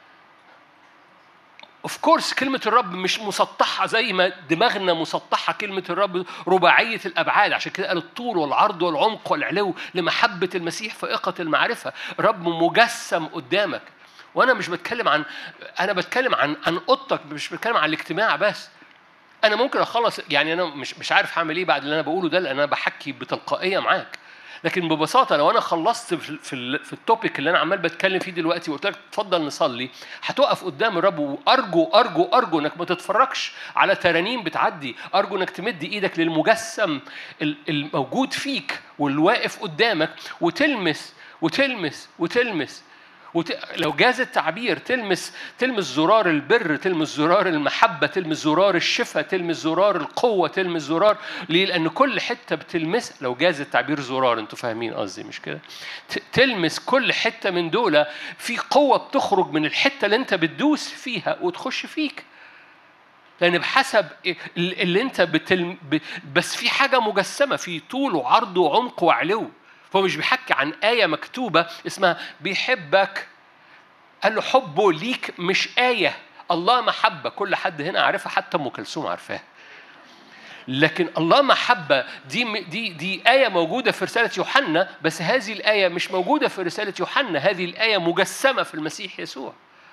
Of course كلمة الرب مش مسطحة زي ما دماغنا مسطحة. كلمة الرب رباعية الأبعاد. عشان كده قال الطول والعرض والعمق والعلو لمحبة المسيح فائقة المعرفة. رب مجسم قدامك. وأنا مش بتكلم عن أنا بتكلم عن عن أوضتك، مش بتكلم عن الاجتماع بس. أنا ممكن أخلص، يعني أنا مش مش عارف هعمل إيه بعد اللي أنا بقوله ده، لأن أنا بحكي بتلقائية معاك. لكن ببساطة لو أنا خلصت في في في التوبيك اللي أنا عمال بتكلم فيه دلوقتي وقلت لك تفضل نصلي، هتقف قدام الرب. وأرجو أرجو أرجو إنك ما تتفرجش على ترانيم بتعدي. أرجو إنك تمد إيدك للمجسم الموجود فيك والواقف قدامك وتلمس وتلمس وتلمس وت... لو جاز التعبير تلمس تلمس زرار البر، تلمس زرار المحبة، تلمس زرار الشفاء، تلمس زرار القوة، تلمس زرار. ليه؟ لأن كل حتة بتلمس، لو جاز التعبير زرار، أنتوا فاهمين قصدي مش كده؟ ت... تلمس كل حتة من دولة. في قوة بتخرج من الحتة اللي أنت بتدوس فيها وتخش فيك، لأن بحسب اللي أنت بتلم... ب... بس في حاجة مجسمة في طول وعرض وعمق وعلو. فهو مش بيحكي عن آية مكتوبة اسمها بيحبك. قال له حبه ليك مش آية. الله محبة كل حد هنا عارفها، حتى أم كلثوم عارفاها. لكن الله محبة دي دي دي آية موجودة في رسالة يوحنا، بس هذه الآية مش موجودة في رسالة يوحنا. هذه الآية مجسمة في المسيح يسوع.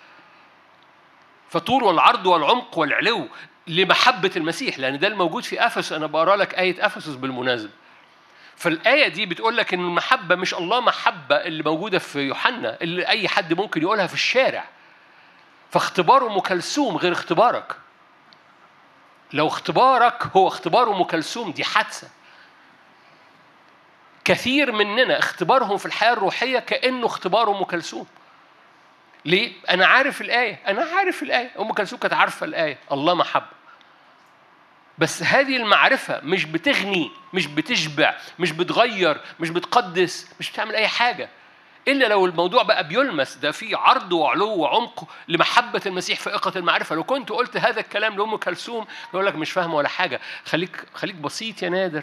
فطول والعرض والعمق والعلو لمحبة المسيح، لأن ده الموجود في أفسس. أنا بقرأ لك آية أفسس بالمناسبة. فالآية دي بتقول لك إن المحبة مش الله محبة اللي موجودة في يوحنا اللي أي حد ممكن يقولها في الشارع. فاختبار أم كلثوم غير اختبارك. لو اختبارك هو اختبار أم كلثوم دي حادثة. كثير مننا اختبارهم في الحياة الروحية كأنه اختبار أم كلثوم. ليه؟ أنا عارف الآية، أنا عارف الآية. أم كلثوم كانت عارفة الآية الله محبة. بس هذه المعرفة مش بتغني، مش بتشبع، مش بتغير، مش بتقدس، مش بتعمل أي حاجة إلا لو الموضوع بقى بيلمس. ده فيه عرض وعلو وعمق لمحبة المسيح فائقة المعرفة. لو كنت قلت هذا الكلام لأم كلثوم يقول لك مش فاهمة ولا حاجة. خليك خليك بسيط يا نادر.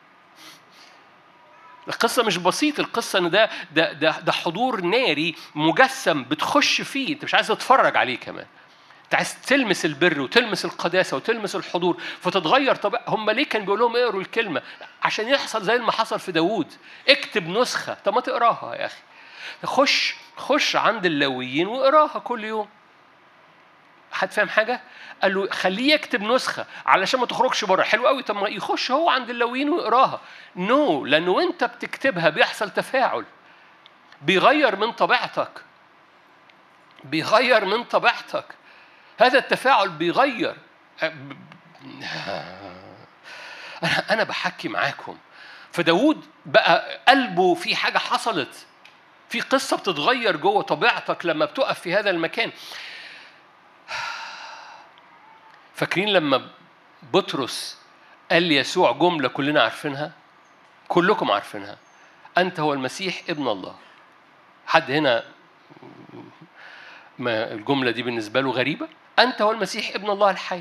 القصة مش بسيط. القصة إن ده ده ده ده حضور ناري مجسم بتخش فيه. أنت مش عايز تتفرج عليه كمان، أنت عايز تلمس البر وتلمس القداسة وتلمس الحضور فتتغير. طب هم ليه كان بيقول لهم اقروا الكلمة؟ عشان يحصل زي ما حصل في داوود. اكتب نسخة. طب ما تقراها يا أخي. خش خش عند اللاويين واقراها كل يوم. حد فاهم حاجة؟ قال له خليه يكتب نسخة علشان ما تخرجش بره. حلو قوي. طب ما يخش هو عند اللاويين ويقراها. نو no. لأنه وانت بتكتبها بيحصل تفاعل، بيغير من طبيعتك، بيغير من طبيعتك. هذا التفاعل بيغير. أنا أنا بحكي معاكم. فداود بقى قلبه في حاجة حصلت، في قصة بتتغير جوه طبيعتك لما بتقف في هذا المكان. فاكرين لما بطرس قال ليسوع جملة كلنا عارفينها، كلكم عارفينها، أنت هو المسيح ابن الله. حد هنا ما الجملة دي بالنسبة له غريبة؟ أنت هو المسيح ابن الله الحي.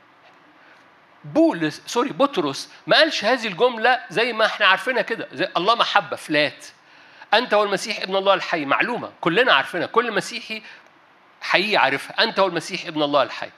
بولس سوري بطرس ما قالش هذه الجملة زي ما احنا عارفينها كده، زي الله محبة فلات. أنت هو المسيح ابن الله الحي معلومة كلنا عارفينها، كل مسيحي حقيقي عارفها. أنت هو المسيح ابن الله الحي.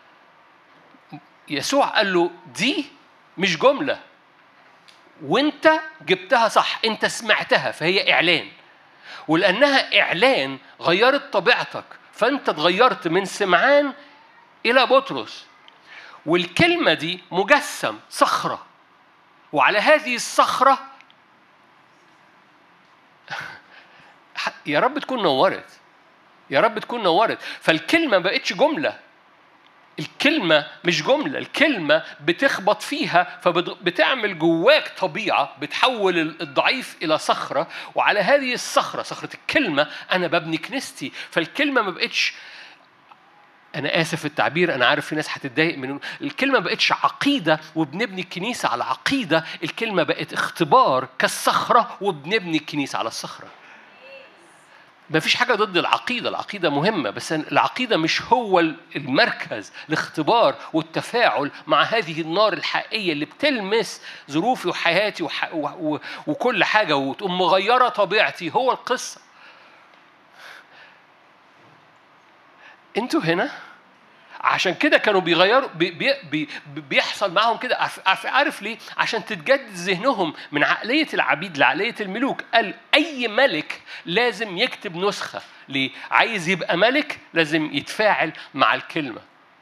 يسوع قال له دي مش جملة وانت جبتها صح، انت سمعتها فهي إعلان، ولأنها إعلان غيرت طبيعتك، فأنت اتغيرت من سمعان إلى بطرس. والكلمة دي مجسم صخرة، وعلى هذه الصخرة يا رب تكون نورت، يا رب تكون نورت. فالكلمة بقتش جملة، الكلمة مش جملة، الكلمة بتخبط فيها فبتعمل جواك طبيعة بتحول الضعيف إلى صخرة، وعلى هذه الصخرة صخرة الكلمة أنا ببني كنيستي. فالكلمة ما بقتش، أنا آسف التعبير، أنا عارف في ناس هتتضايق منه، الكلمة ما بقتش عقيدة وبنبني الكنيسة على عقيدة، الكلمة بقت اختبار كالصخرة وبنبني الكنيسة على الصخرة. ما فيش حاجة ضد العقيدة، العقيدة مهمة، بس العقيدة مش هو المركز. الاختبار والتفاعل مع هذه النار الحقيقية اللي بتلمس ظروفي وحياتي وح... و... و... وكل حاجة وتقوم مغيرة طبيعتي هو القصة. انتوا هنا عشان كده كانوا بيغيروا بي بي بي بيحصل معهم كده. عارف, عارف ليه؟ عشان تتجدد ذهنهم من عقلية العبيد لعقلية الملوك. قال أي ملك لازم يكتب نسخة. ليه؟ عايز يبقى ملك لازم يتفاعل مع الكلمة.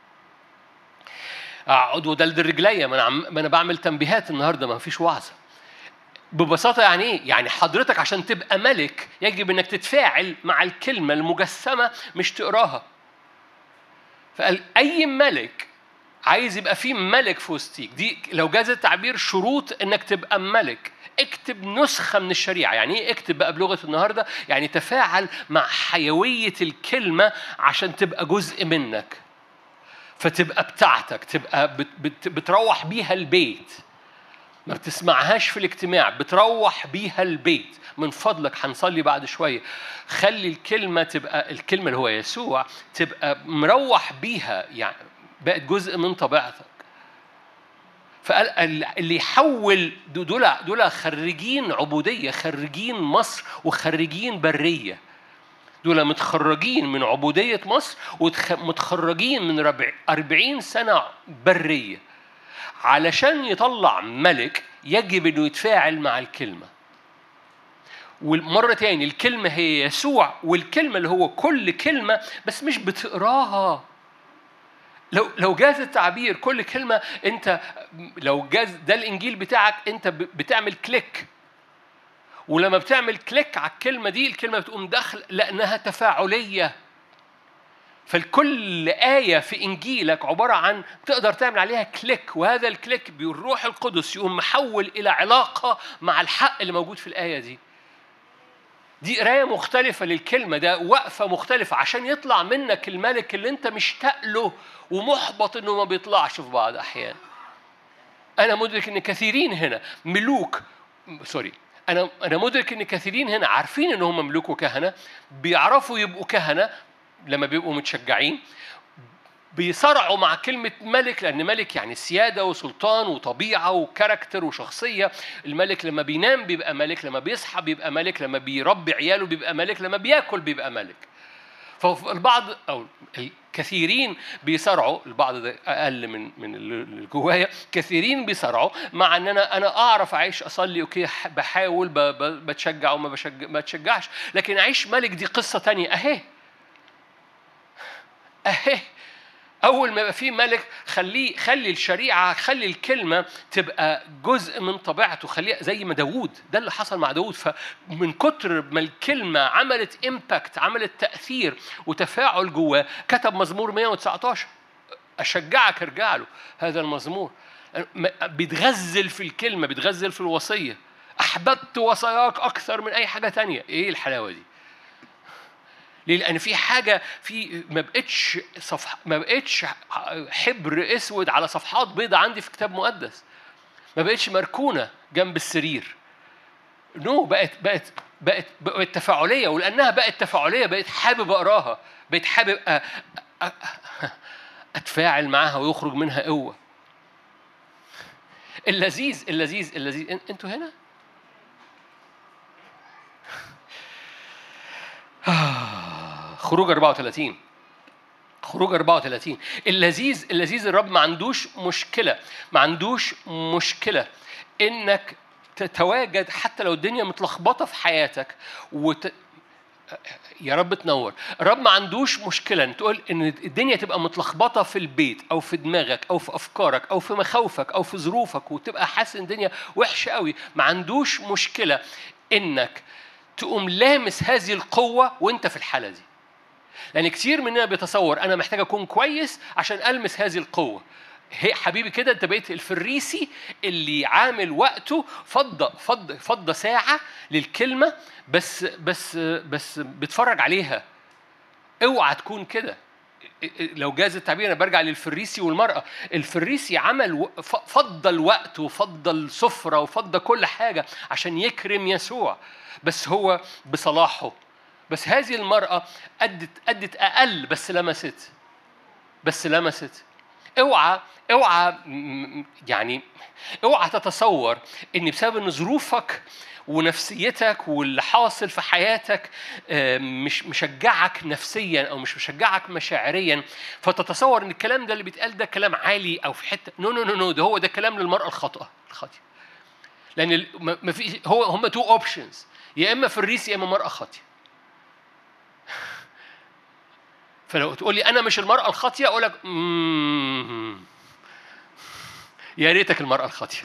أقعد ودلدل رجليا، ما أنا, ما أنا بعمل تنبيهات النهاردة، ما فيش وعظة. ببساطة يعني إيه؟ يعني حضرتك عشان تبقى ملك يجب أنك تتفاعل مع الكلمة المجسمة مش تقراها. فقال أي ملك عايز يبقى فيه ملك في وسطيك. دي لو جاز التعبير شروط إنك تبقى ملك. اكتب نسخة من الشريعة. يعني إيه اكتب بقى بلغة النهاردة؟ يعني تفاعل مع حيوية الكلمة عشان تبقى جزء منك، فتبقى بتاعتك، تبقى بت بت بتروح بيها البيت، ما بتسمعهاش في الاجتماع، بتروح بيها البيت. من فضلك هنصلي بعد شوية، خلي الكلمة تبقى الكلمة اللي هو يسوع تبقى مروح بيها، يعني بقت جزء من طبيعتك. فقال اللي يحول دول دول خريجين عبودية، خريجين مصر وخريجين برية. دول متخرجين من عبودية مصر ومتخرجين من أربعين سنة برية. علشان يطلع ملك يجب أنه يتفاعل مع الكلمة. والمرة تاني الكلمة هي يسوع، والكلمة اللي هو كل كلمة بس مش بتقراها. لو لو جاز التعبير كل كلمة أنت لو جاز ده الإنجيل بتاعك أنت بتعمل كليك، ولما بتعمل كليك على الكلمة دي الكلمة بتقوم داخل لأنها تفاعلية. فالكل آية في إنجيلك عبارة عن تقدر تعمل عليها كليك، وهذا الكليك بالروح القدس يقوم محول إلى علاقة مع الحق اللي موجود في الآية دي. دي قراية مختلفة للكلمة، ده وقفة مختلفة عشان يطلع منك الملك اللي انت مشتاق له ومحبط انه ما بيطلعش في بعض أحيان. أنا مدرك إن كثيرين هنا ملوك سوري أنا أنا مدرك إن كثيرين هنا عارفين إن هم ملوك وكهنة، بيعرفوا يبقوا كهنة لما بيبقوا متشجعين، بيصارعوا مع كلمة ملك، لأن ملك يعني سيادة وسلطان وطبيعة وكاركتر وشخصية. الملك لما بينام بيبقى ملك، لما بيصحى بيبقى ملك، لما بيربي عياله بيبقى ملك، لما بيأكل بيبقى ملك. فالبعض أو الكثيرين بيصارعوا، البعض ده أقل من من الجوايا، كثيرين بيصارعوا مع أن أنا أنا أعرف أعيش أصلي أوكي بحاول بتشجع وما بشجع ما بتشجعش، لكن أعيش ملك دي قصة تانية. أهي أهي أول ما يبقى فيه ملك خليه خلي الشريعة خلي الكلمة تبقى جزء من طبيعته، خليها زي ما داوود. ده اللي حصل مع داوود. فمن كتر ما الكلمة عملت إمباكت، عملت تأثير وتفاعل جواه، كتب مزمور مئة وتسعة عشر. أشجعك ارجع له هذا المزمور. بيتغزل في الكلمة، بيتغزل في الوصية. أحببت وصاياك أكثر من أي حاجة تانية. إيه الحلاوة دي؟ ليه؟ لأن في حاجة في ما بقتش صفح ما بقتش حبر أسود على صفحات بيضة عندي في كتاب مقدس. ما بقتش مركونة جنب السرير. نو no, بقت بقت بقت بقت تفاعلية، ولأنها بقت تفاعلية بقت حابب أقراها، بقت حابب أ... أ... أتفاعل معها ويخرج منها قوة. اللذيذ اللذيذ اللذيذ أنتوا هنا؟ خروج أربعة وثلاثين. خروج أربعة وثلاثين. اللذيذ اللذيذ الرب ما عندوش مشكلة، ما عندوش مشكلة إنك تتواجد حتى لو الدنيا متلخبطة في حياتك وت... يا رب تنور. الرب ما عندوش مشكلة ان تقول ان الدنيا تبقى متلخبطة في البيت او في دماغك او في افكارك او في مخاوفك او في ظروفك وتبقى حاسس ان الدنيا وحشة قوي. ما عندوش مشكلة انك تقوم لامس هذه القوة وانت في الحالة دي. لان كتير مننا بيتصور انا محتاج اكون كويس عشان المس هذه القوة. هي حبيبي كده انت بقيت الفريسي اللي عامل وقته فضة فضة فضة ساعة للكلمة بس بس بس بتفرج عليها. اوعى تكون كده. لو جاز التعبير انا برجع للفريسي والمرأة. الفريسي عمل فضل وقته وفضل سفرة وفضل كل حاجة عشان يكرم يسوع، بس هو بصلاحه. بس هذه المرأة أدت أدت أقل بس لمست بس لمست. اوعى اوعى يعني اوعى تتصور ان بسبب ان ظروفك ونفسيتك واللي حاصل في حياتك مش مشجعك نفسيا او مش مشجعك مشاعريا فتتصور ان الكلام ده اللي بيتقال ده كلام عالي او في حته. نو نو نو نو ده هو ده كلام للمرأة الخاطئة الخاطئة. لان ما في هو هم تو اوبشنز، يا اما فريسي يا اما مرأة خاطئة. فلو تقول لي انا مش المرأة الخاطئة اقول لك يا ريتك المرأة الخاطئة.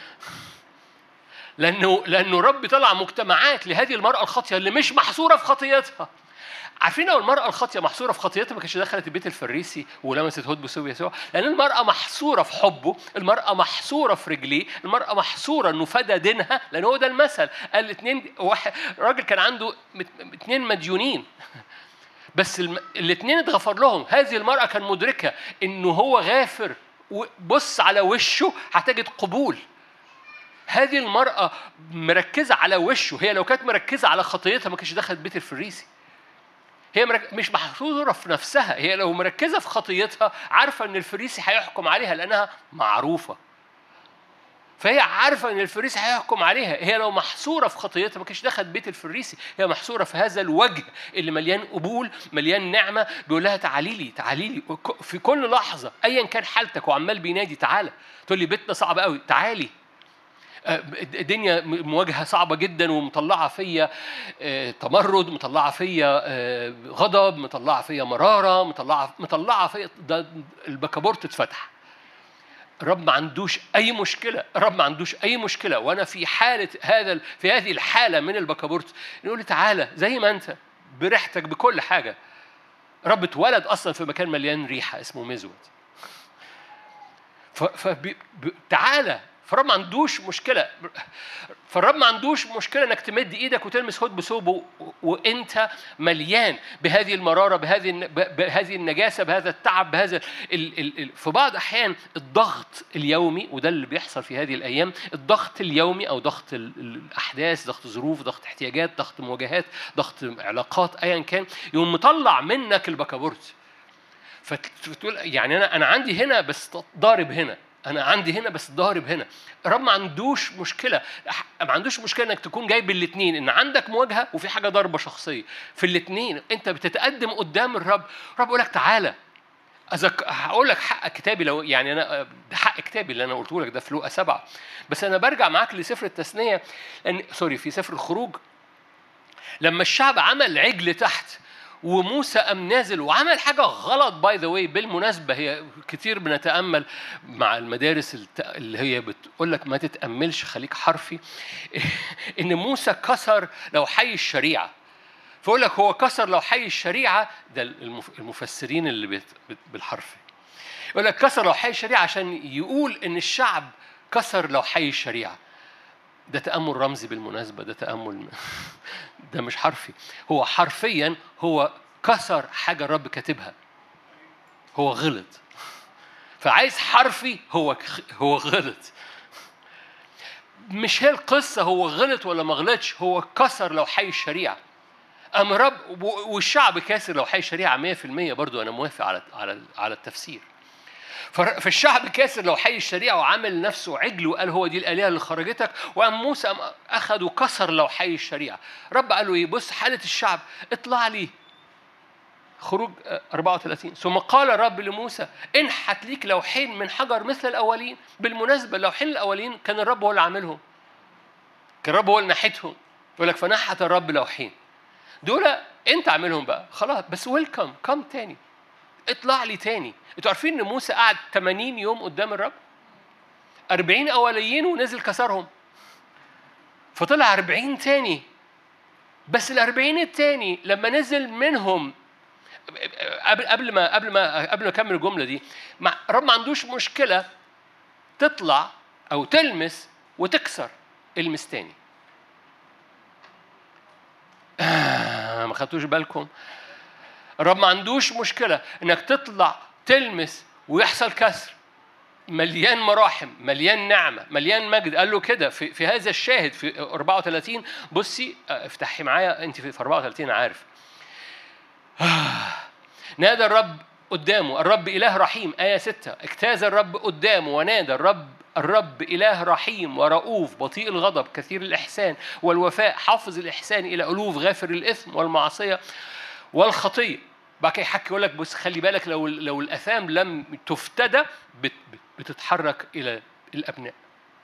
لانه لانه رب طلع مجتمعات لهذه المرأة الخاطئة اللي مش محصورة في خطيتها. عارفين لو المرأة الخاطئة محصورة في خطيتها ما كانتش دخلت البيت الفريسي ولمست هود بسوء يسوع. لأن المرأة محصورة في حبه، المرأة محصورة في رجليه، المرأة محصورة إنه فدى دينها. لأن هو ده المثل. قال الاثنين واحد راجل كان عنده اثنين مديونين بس الاثنين اتغفر لهم. هذه المرأة كان مدركة إنه هو غافر، وبص على وشه هتجد قبول. هذه المرأة مركزة على وشه. هي لو كانت مركزة على خطيتها ما كانتش دخلت بيت الفريسي. هي مرك... مش محصورة في نفسها. هي لو مركزة في خطيتها عارفة ان الفريسي هيحكم عليها لانها معروفة. فهي عارفة ان الفريسي هيحكم عليها. هي لو محصورة في خطيتها ما كانتش دخلت بيت الفريسي. هي محصورة في هذا الوجه اللي مليان قبول مليان نعمة. بيقول لها تعالي لي تعالي لي في كل لحظة ايا كان حالتك وعمال بينادي تعالى. تقول لي بيتنا صعب قوي، تعالي. الدنيا مواجهة صعبة جدا ومطلعة فيا تمرد، مطلعة فيا غضب، مطلعة فيا مرارة، مطلعة مطلعة فيا ده البكابورت اتفتح. الرب ما عندوش أي مشكلة. الرب ما عندوش أي مشكلة وأنا في حالة هذا في هذه الحالة من البكابورت نقول لي تعالى زي ما أنت بريحتك بكل حاجة. رب اتولد أصلا في مكان مليان ريحة اسمه مزود. فتعالى. فالرب ما عندوش مشكلة. فالرب ما عندوش مشكلة انك تمد ايدك وتلمس هود بثوبه وانت مليان بهذه المرارة، بهذه بهذه النجاسة، بهذا التعب، بهذا ال... ال... ال... في بعض احيان الضغط اليومي، وده اللي بيحصل في هذه الايام، الضغط اليومي او ضغط الاحداث، ضغط ظروف، ضغط احتياجات، ضغط مواجهات، ضغط علاقات، ايا كان، يوم مطلع منك البكابورت. فتقول يعني انا انا عندي هنا بس ضارب هنا، أنا عندي هنا بس ضارب هنا. الرب ما عندوش مشكلة. ما عندوش مشكلة إنك تكون جايب الاثنين، إن عندك مواجهة وفي حاجة ضربة شخصية في الاثنين. أنت بتتقدم قدام الرب. الرب يقول لك تعالى. أذك هقول لك حق كتابي، لو يعني أنا ده حق كتابي اللي أنا قلته لك ده في لوقا سبعة، بس أنا برجع معاك لسفر التثنية، لأن سوري في سفر الخروج لما الشعب عمل عجل تحت وموسى قام نازل وعمل حاجة غلط. باي ذا واي بالمناسبة، هي كتير بنتأمل مع المدارس اللي هي بتقول لك ما تتأملش خليك حرفي. إن موسى كسر لوحي الشريعة، فأقول لك هو كسر لوحي الشريعة. ده المفسرين اللي بالحرف يقول لك كسر لوحي الشريعة عشان يقول إن الشعب كسر لوحي الشريعة. ده تأمل رمزي بالمناسبة، ده تأمل ده مش حرفي. هو حرفيا هو كسر حاجة الرب كاتبها، هو غلط. فعايز حرفي، هو هو غلط. مش هي القصة هو غلط ولا ما غلطش، هو كسر لوحي الشريعة. أم رب والشعب كاسر لوحي الشريعة مية في المية. برضو أنا موافق على على على التفسير. فالشعب كاسر لوحي الشريعة وعمل نفسه عجل وقال هو دي الآلهة اللي خرجتك. وقام موسى أخذ وكسر لوحي الشريعة. رب قال له إيه؟ بص حالة الشعب، اطلع لي. خروج أربعة وثلاثين. ثم قال الرب لموسى انحت ليك لوحين من حجر مثل الأولين. بالمناسبة اللوحين الأولين كان الرب هو اللي عاملهم، كان الرب هو اللي نحتهم. يقول لك فنحت الرب لوحين دول انت عاملهم بقى خلاص، بس ويلكم كم تاني، اطلع لي تاني. انتوا عارفين ان موسى قعد ثمانين يوم قدام الرب؟ أربعين اوليين ونزل كسرهم، فطلع أربعين تاني. بس الأربعين التاني لما نزل منهم قبل قبل ما قبل ما قبل ما اكمل الجمله دي، مع الرب ما عندوش مشكله تطلع او تلمس وتكسر. المس تاني. آه ما خدتوش بالكم؟ الرب ما عندوش مشكلة إنك تطلع تلمس ويحصل كسر. مليان مراحم، مليان نعمة، مليان مجد. قال له كده في, في هذا الشاهد في أربعة وثلاثين. بصي افتحي معايا أنت في أربعة وثلاثين. عارف نادى الرب قدامه، الرب إله رحيم. آية ستة. اجتاز الرب قدامه ونادى الرب الرب إله رحيم ورؤوف بطيء الغضب كثير الإحسان والوفاء حافظ الإحسان إلى ألوف غافر الإثم والمعصية والخطية. بقى كي يحكي يقول لك بس خلي بالك لو لو الأثام لم تفتدى بتتحرك إلى الأبناء.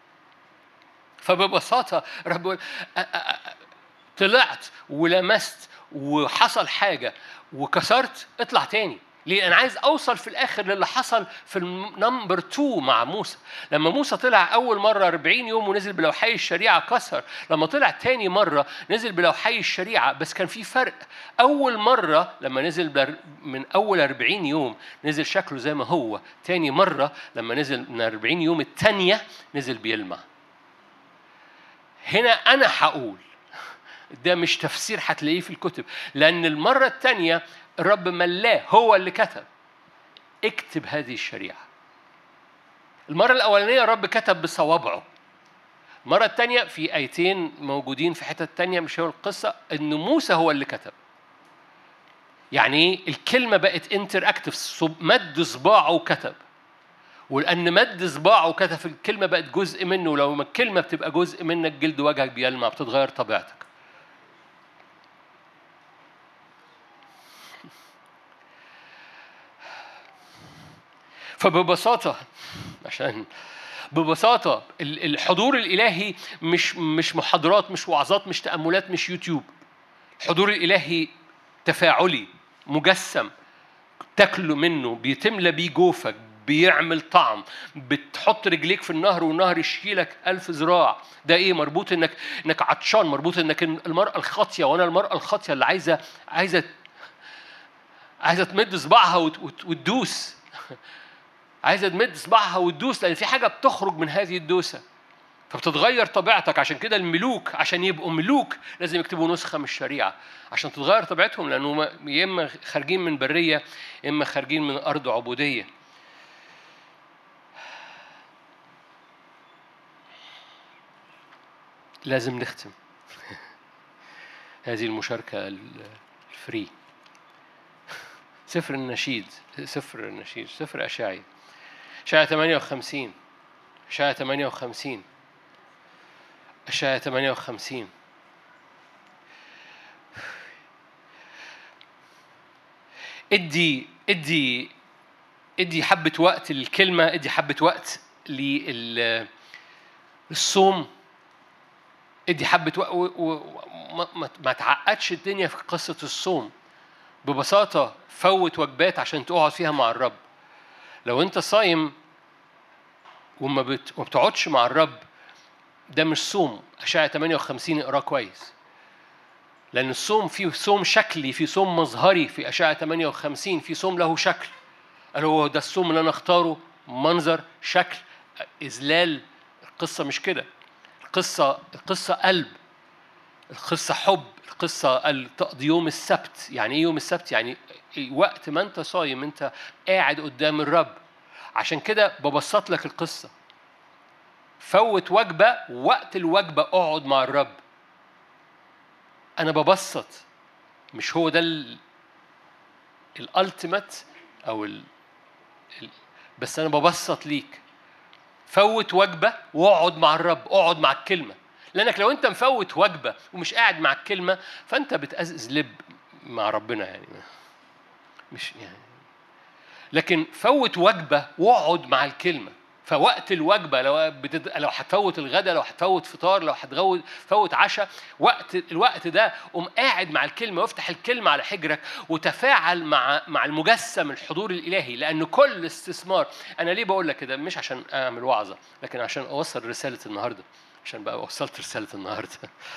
فببساطة رب يقول طلعت ولمست وحصل حاجة وكسرت، اطلع تاني. ليه؟ أنا عايز أوصل في الآخر للي حصل في النمبر تو مع موسى. لما موسى طلع أول مرة أربعين يوم ونزل بلوحي الشريعة كسر. لما طلع تاني مرة نزل بلوحي الشريعة، بس كان في فرق. أول مرة لما نزل من أول أربعين يوم نزل شكله زي ما هو. تاني مرة لما نزل من أربعين يوم التانية نزل بيلمع. هنا أنا هقول ده مش تفسير هتلاقيه في الكتب، لأن المرة التانية الرب ملاه هو اللي كتب اكتب هذه الشريعة. المرة الأولانية الرب كتب بصوابعه. المرة التانية في آيتين موجودين في حتة تانية مش هو القصة، إن موسى هو اللي كتب. يعني الكلمة بقت انتر اكتف، مد صباعه وكتب. ولأن مد صباعه وكتب الكلمة بقت جزء منه. ولو ما الكلمة بتبقى جزء منك جلد وجهك بيلمع، بتتغير طبيعتك. فببساطة عشان ببساطة الحضور الإلهي مش مش محاضرات، مش وعظات، مش تأملات، مش يوتيوب. الحضور الإلهي تفاعلي مجسم، تاكله منه، بيتملى بيه جوفك، بيعمل طعم. بتحط رجليك في النهر والنهر يشيلك ألف ذراع. ده إيه؟ مربوط إنك إنك عطشان، مربوط إنك المرأة الخاطية، وأنا المرأة الخاطية اللي عايزة عايزة عايزة تمد صباعها وتدوس، عايزة تمد صباعها وتدوس، لأن في حاجة بتخرج من هذه الدوسة فبتتغير طبيعتك. عشان كده الملوك عشان يبقوا ملوك لازم يكتبوا نسخة من الشريعة عشان تتغير طبيعتهم، لأنهم يا إما خارجين من برية يا إما خارجين من أرض عبودية. لازم نختم هذه المشاركة الفري. سفر النشيد سفر النشيد سفر أشعياء أشعياء ثمانية وخمسين أشعياء ثمانية وخمسين أشعياء ثمانية وخمسين. ادي ادي ادي حبة وقت للكلمة، ادي حبة وقت للصوم، ادي حبة وقت وما تعقدش الدنيا في قصة الصوم. ببساطة فوت وجبات عشان تقعد فيها مع الرب. لو أنت صايم وما بت... وما بتقعدش مع الرب، ده مش صوم. أشعة ثمانية وخمسين اقراه كويس، لأن الصوم فيه صوم شكلي، في صوم مظهري. في أشعة ثمانية وخمسين في صوم له شكل. قال هو ده الصوم اللي أنا اختاره، منظر، شكل، إذلال. القصة مش كده. القصة القصة قلب، القصة حب، القصة تقضي يوم السبت. يعني إيه يوم السبت؟ يعني وقت ما أنت صايم أنت قاعد قدام الرب. عشان كده ببسط لك القصة. فوت وجبة، وقت الوجبة اقعد مع الرب. أنا ببسط، مش هو ده الالتيميت أو ال... ال... بس أنا ببسط ليك. فوت وجبة واقعد مع الرب، اقعد مع الكلمة. لأنك لو أنت مفوت وجبة ومش قاعد مع الكلمة فأنت بتأزز لب مع ربنا يعني، مش يعني. لكن فوت وجبة واقعد مع الكلمة. فوقت الوجبة لو بتد... لو هتفوت الغداء، لو هتفوت فطار، لو هتفوت فوت عشاء، وقت الوقت ده قوم قاعد مع الكلمة وافتح الكلمة على حجرك وتفاعل مع مع المجسم الحضور الإلهي. لأن كل استثمار، أنا ليه بقول لك كده؟ مش عشان أعمل وعظة، لكن عشان أوصل رسالة النهاردة. عشان بقى وصلت رسالة النهاردة.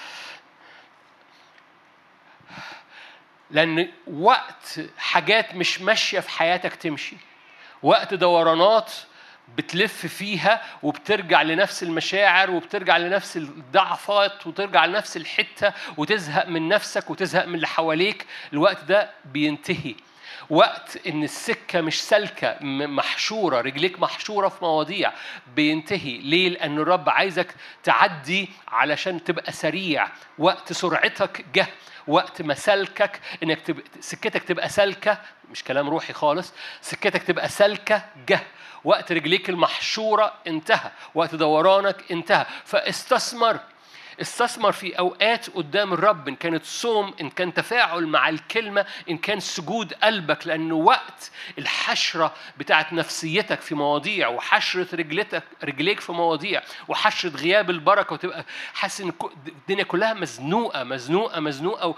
لأن وقت حاجات مش ماشية في حياتك تمشي، وقت دورانات بتلف فيها وبترجع لنفس المشاعر وبترجع لنفس الضعفات وترجع لنفس الحتة وتزهق من نفسك وتزهق من اللي حواليك. الوقت ده بينتهي. وقت إن السكة مش سلكة، محشورة، رجليك محشورة في مواضيع، بينتهي. ليه؟ لأن الرب عايزك تعدي علشان تبقى سريع. وقت سرعتك جه، وقت مسالكك إنك تبقى سكتك تبقى سلكة، مش كلام روحي خالص، سكتك تبقى سلكة جه. وقت رجليك المحشورة انتهى، وقت دورانك انتهى. فاستثمر استثمر في أوقات قدام الرب، إن كانت صوم، إن كان تفاعل مع الكلمة، إن كان سجود قلبك. لأنه وقت الحشرة بتاعت نفسيتك في مواضيع، وحشرة رجلتك رجليك في مواضيع، وحشرة غياب البركة، وتبقى حاسس إن الدنيا كلها مزنوقة مزنوقة مزنوقة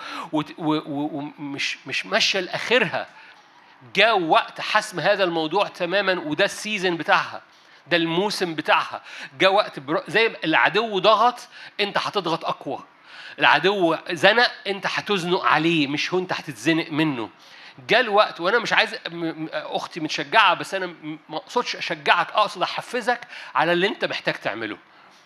ومش مش ماشية لآخرها. جاء وقت حسم هذا الموضوع تماما، وده السيزن بتاعها، ده الموسم بتاعها. جاء وقت برو... زي العدو ضغط، انت هتضغط اقوى. العدو زنق، انت هتزنق عليه، مش هو انت هتتزنق منه. جاء الوقت، وانا مش عايز اختي متشجعه، بس انا ما اقصدش اشجعك، اقصد احفزك على اللي انت محتاج تعمله.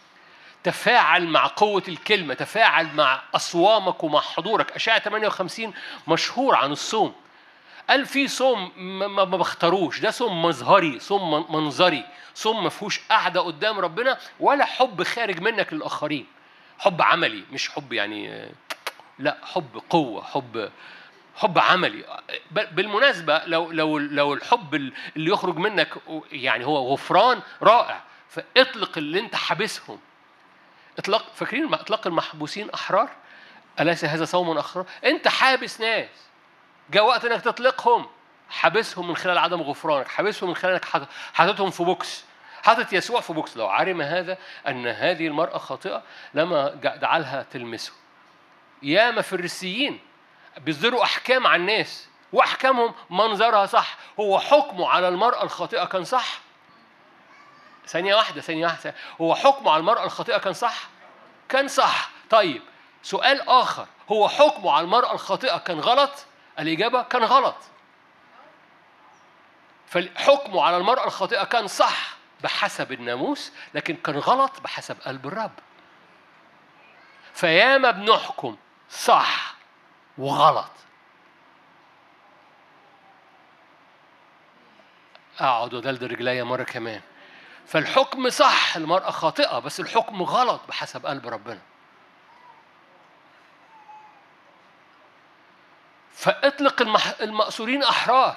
تفاعل مع قوة الكلمة، تفاعل مع أصوامك ومع حضورك. أشعة ثمانية وخمسين مشهور عن الصوم. قال في صوم ما بختاروش، ده صوم مظهري، صوم منظري، صوم ما فيهوش قاعدة قدام ربنا ولا حب خارج منك للآخرين. حب عملي، مش حب يعني، لا، حب قوة، حب حب عملي. بالمناسبة لو لو لو الحب اللي يخرج منك يعني هو غفران، رائع. فاطلق اللي انت حابسهم. اطلاق، فاكرين اطلاق المحبوسين احرار؟ أليس هذا صوم احرار؟ انت حابس ناس، جاء وقت انك تطلقهم. حابسهم من خلال عدم غفرانك، حابسهم من خلال انك حاططهم في بوكس، حاطط يسوع في بوكس. لو علم هذا ان هذه المرأة خاطئة لما جعلها تلمسه. ياما فريسيين بيصدروا احكام عن الناس، واحكامهم منظرها صح. هو حكمه على المرأة الخاطئة كان صح؟ ثانية واحدة ثانية واحدة هو حكمه على المرأة الخاطئة كان صح؟ كان صح. طيب سؤال آخر، هو حكمه على المرأة الخاطئة كان غلط؟ الإجابة كان غلط. فحكمه على المرأة الخاطئة كان صح بحسب الناموس، لكن كان غلط بحسب قلب الرب. فياما بنحكم صح وغلط. أقعد ودلدل رجليا مرة كمان. فالحكم صح، المرأة خاطئة، بس الحكم غلط بحسب قلب ربنا. فاطلق المح... المأسورين أحرار.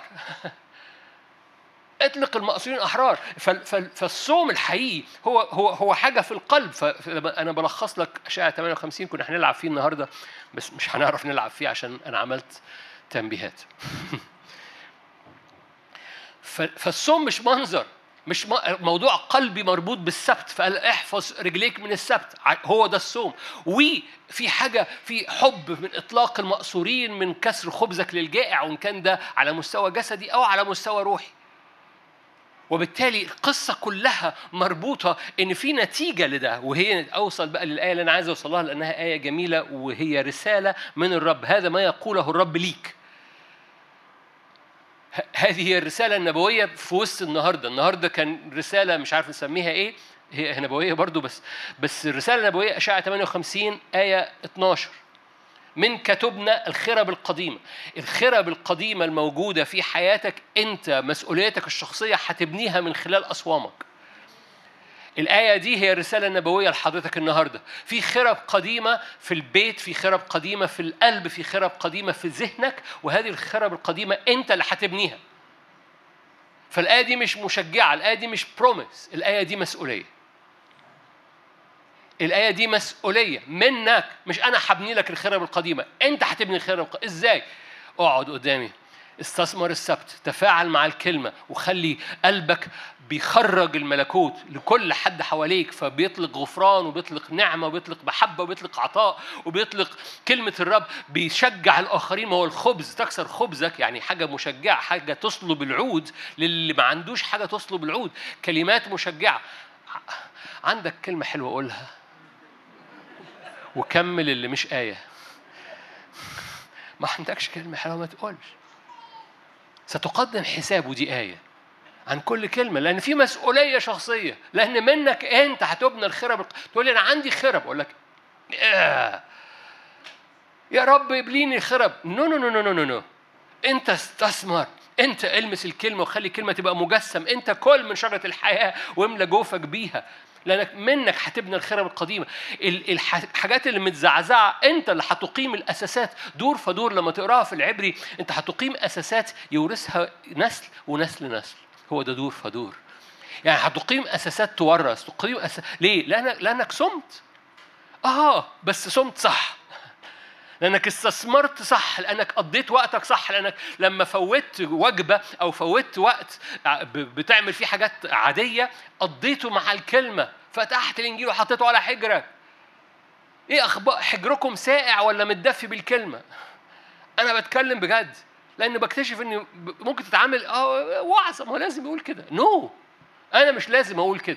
اطلق المأسورين أحرار. فالصوم الحقيقي هو هو هو حاجة في القلب. فأنا بلخص لك أشعة ثمانية وخمسين، كنا هنلعب فيه النهاردة بس مش هنعرف نلعب فيه عشان أنا عملت تنبيهات. فالصوم مش منظر. مش موضوع قلبي مربوط بالسبت، فقال احفظ رجليك من السبت، هو ده الصوم. وفي حاجة في حب من إطلاق المأسورين، من كسر خبزك للجائع، وإن كان ده على مستوى جسدي أو على مستوى روحي. وبالتالي القصة كلها مربوطة إن في نتيجة لده. وهي أوصل بقى للآية اللي أنا عايز أوصلها لأنها آية جميلة، وهي رسالة من الرب. هذا ما يقوله الرب ليك. هذه هي الرسالة النبوية في وسط النهاردة. النهاردة كان رسالة مش عارف نسميها إيه، هي نبوية برضو، بس بس الرسالة النبوية أشعياء ثمانية وخمسين آية اثناشر. من كتبنا الخرب القديمة. الخرب القديمة الموجودة في حياتك أنت، مسؤوليتك الشخصية هتبنيها من خلال أصوامك. الآية دي هي الرسالة النبوية لحضرتك النهاردة. في خرب قديمة في البيت، في خرب قديمة في القلب، في خرب قديمة في ذهنك، وهذه الخرب القديمة أنت اللي هتبنيها. فالآية دي مش مشجعة، الآية دي مش بروميس، الآية دي مسؤولية. الآية دي مسؤولية منك، مش أنا هبني لك الخرب القديمة، أنت هتبني الخرب القديمة. إزاي؟ اقعد قدامي، استثمر السبت، تفاعل مع الكلمة، وخلي قلبك بيخرج الملكوت لكل حد حواليك، فبيطلق غفران وبيطلق نعمة وبيطلق محبة وبيطلق عطاء وبيطلق كلمة الرب، بيشجع الآخرين. ما هو الخبز، تكسر خبزك يعني حاجة مشجعة، حاجة تصلب العود للي ما عندوش حاجة تصلب العود، كلمات مشجعة. عندك كلمة حلوة قولها وكمل اللي مش آية. ما عندكش كلمة حلوة ما تقولش. ستقدم حساب، ودي آية عن كل كلمة، لأن في مسؤولية شخصية، لأن منك أنت هتبنى الخرب. تقول لي أنا عندي خرب، أقول لك آه. يا رب ابليني خرب. نو نو نو نو نو نو. أنت استثمر، أنت المس الكلمة وخلي الكلمة تبقى مجسم. أنت كل من شجرة الحياة واملى جوفك بيها، لأنك منك هتبني الخرب القديمة. الحاجات اللي متزعزعة أنت اللي هتقيم الأساسات دور فدور. لما تقراها في العبري أنت هتقيم أساسات يورثها نسل ونسل نسل. هو ده دور فدور، يعني هتقيم أساسات تورث. تقيم أساس ليه؟ لأنك لأنك صمت. آه بس صمت صح، لأنك استثمرت صح، لأنك قضيت وقتك صح، لأنك لما فوت وجبة أو فوت وقت بتعمل فيه حاجات عادية قضيته مع الكلمة، فتحت الإنجيل وحطيته على حجرك. إيه أخبار حجركم؟ سائع ولا متدفي بالكلمة؟ أنا بتكلم بجد، لأن بكتشف إن ممكن تتعامل آه وعظ، ما هو لازم يقول كده. نو no. أنا مش لازم أقول كده.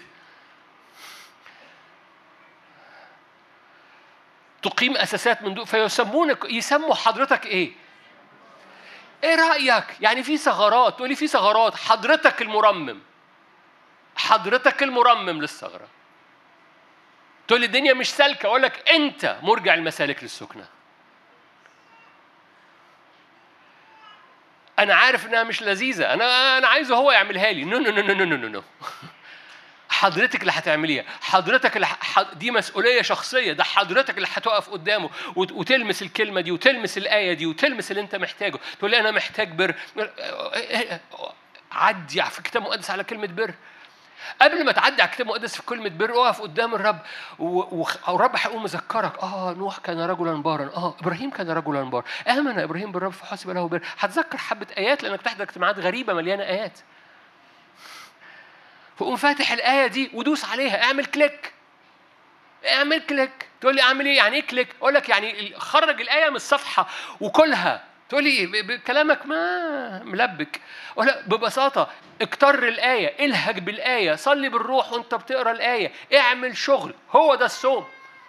تقيم أساسات من دون، فيسمونك، يسموا حضرتك إيه؟ إيه رأيك؟ يعني في ثغرات، تقولي في ثغرات. حضرتك المرمم، حضرتك المرمم للثغرة. تقولي الدنيا مش سالكة، أقول لك أنت مرجع المسالك للسكنة. أنا عارف إنها مش لذيذة، أنا أنا عايزه هو يعملها لي. نو نو نو نو نو نو نو. حضرتك اللي هتعمليها، حضرتك اللي ح... دي مسؤولية شخصية. ده حضرتك اللي هتقف قدامه وت... وتلمس الكلمة دي وتلمس الآية دي وتلمس اللي أنت محتاجه. تقول لي أنا محتاج بر، عدي في الكتاب المقدس على كلمة بر. قبل ما تعدي على الكتاب المقدس في كلمة بر، اقف قدام الرب والرب هيقوم مذكرك. آه نوح كان رجلا بارا، آه إبراهيم كان رجلا بارا، آمن إبراهيم بالرب فحسب له بر. هتذكر حبة آيات لأنك تحضر اجتماعات غريبة مليانة آيات. فقوم فاتح الآية دي ودوس عليها، اعمل كليك، اعمل كليك. تقول لي اعمل ايه؟ يعني ايه كليك؟ اقول لك يعني خرج الآية من الصفحة وكلها. تقول لي بكلامك ما ملبك. ولا ببساطة اكتر الآية، الهج بالآية، صلي بالروح وانت بتقرأ الآية، اعمل شغل. هو ده الصوم.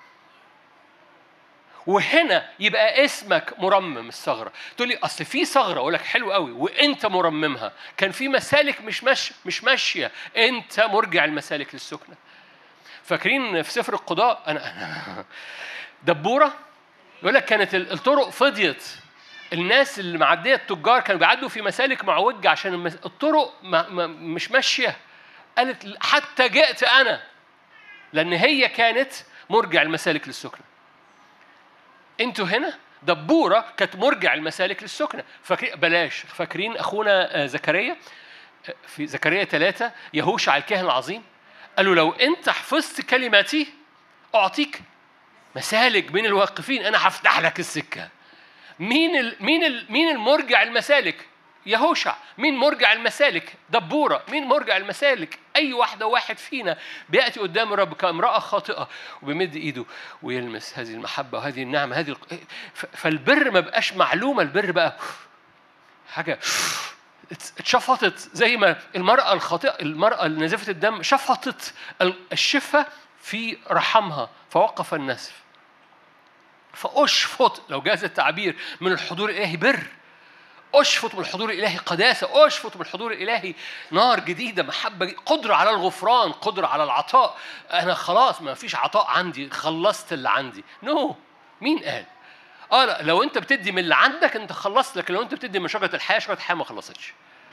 وهنا يبقى اسمك مرمم الثغرة. تقول لي أصل في ثغرة، أقول لك حلو قوي وأنت مرممها. كان في مسالك مش مش مش ماشية، أنت مرجع المسالك للسكنة. فاكرين في سفر القضاء أنا دبورة يقول لك كانت الطرق فضيت، الناس اللي معدية التجار كانوا بيعدوا في مسالك معوجة عشان الطرق ما ما مش ماشية. قالت حتى جئت أنا، لأن هي كانت مرجع المسالك للسكنة. انتوا هنا دبورة كانت مرجع المسالك للسكنة. فاكرين بلاش فاكرين أخونا زكريا في زكريا ثلاثة، يهوشع الكاهن العظيم قال له لو أنت حفظت كلماتي أعطيك مسالك بين الواقفين، أنا هفتح لك السكة. مين ال مين ال مين المرجع المسالك؟ يهوشع. مين مرجع المسالك؟ دبورة. مين مرجع المسالك؟ أي واحدة واحد فينا بيأتي قدام الرب كامرأة خاطئة وبيمد إيده ويلمس هذه المحبة وهذه النعمة هذه. فالبر ما بقاش معلومة، البر بقى حاجة اتشفطت، زي ما المرأة الخاطئة، المرأة نازفة الدم شفطت الشفة في رحمها فوقف النسف. فأشفط، لو جاز التعبير، من الحضور الإلهي بر. أشفط من الحضور الإلهي قداسة. أشفط من الحضور الإلهي نار جديدة، محبة، قدرة على الغفران، قدرة على العطاء. أنا خلاص ما فيش عطاء عندي، خلصت اللي عندي. نو no. مين قال؟ آه لا، لو أنت بتدي من اللي عندك أنت خلصت، لكن لو أنت بتدي من شجرة الحياة، شجرة الحياة ما خلصتش.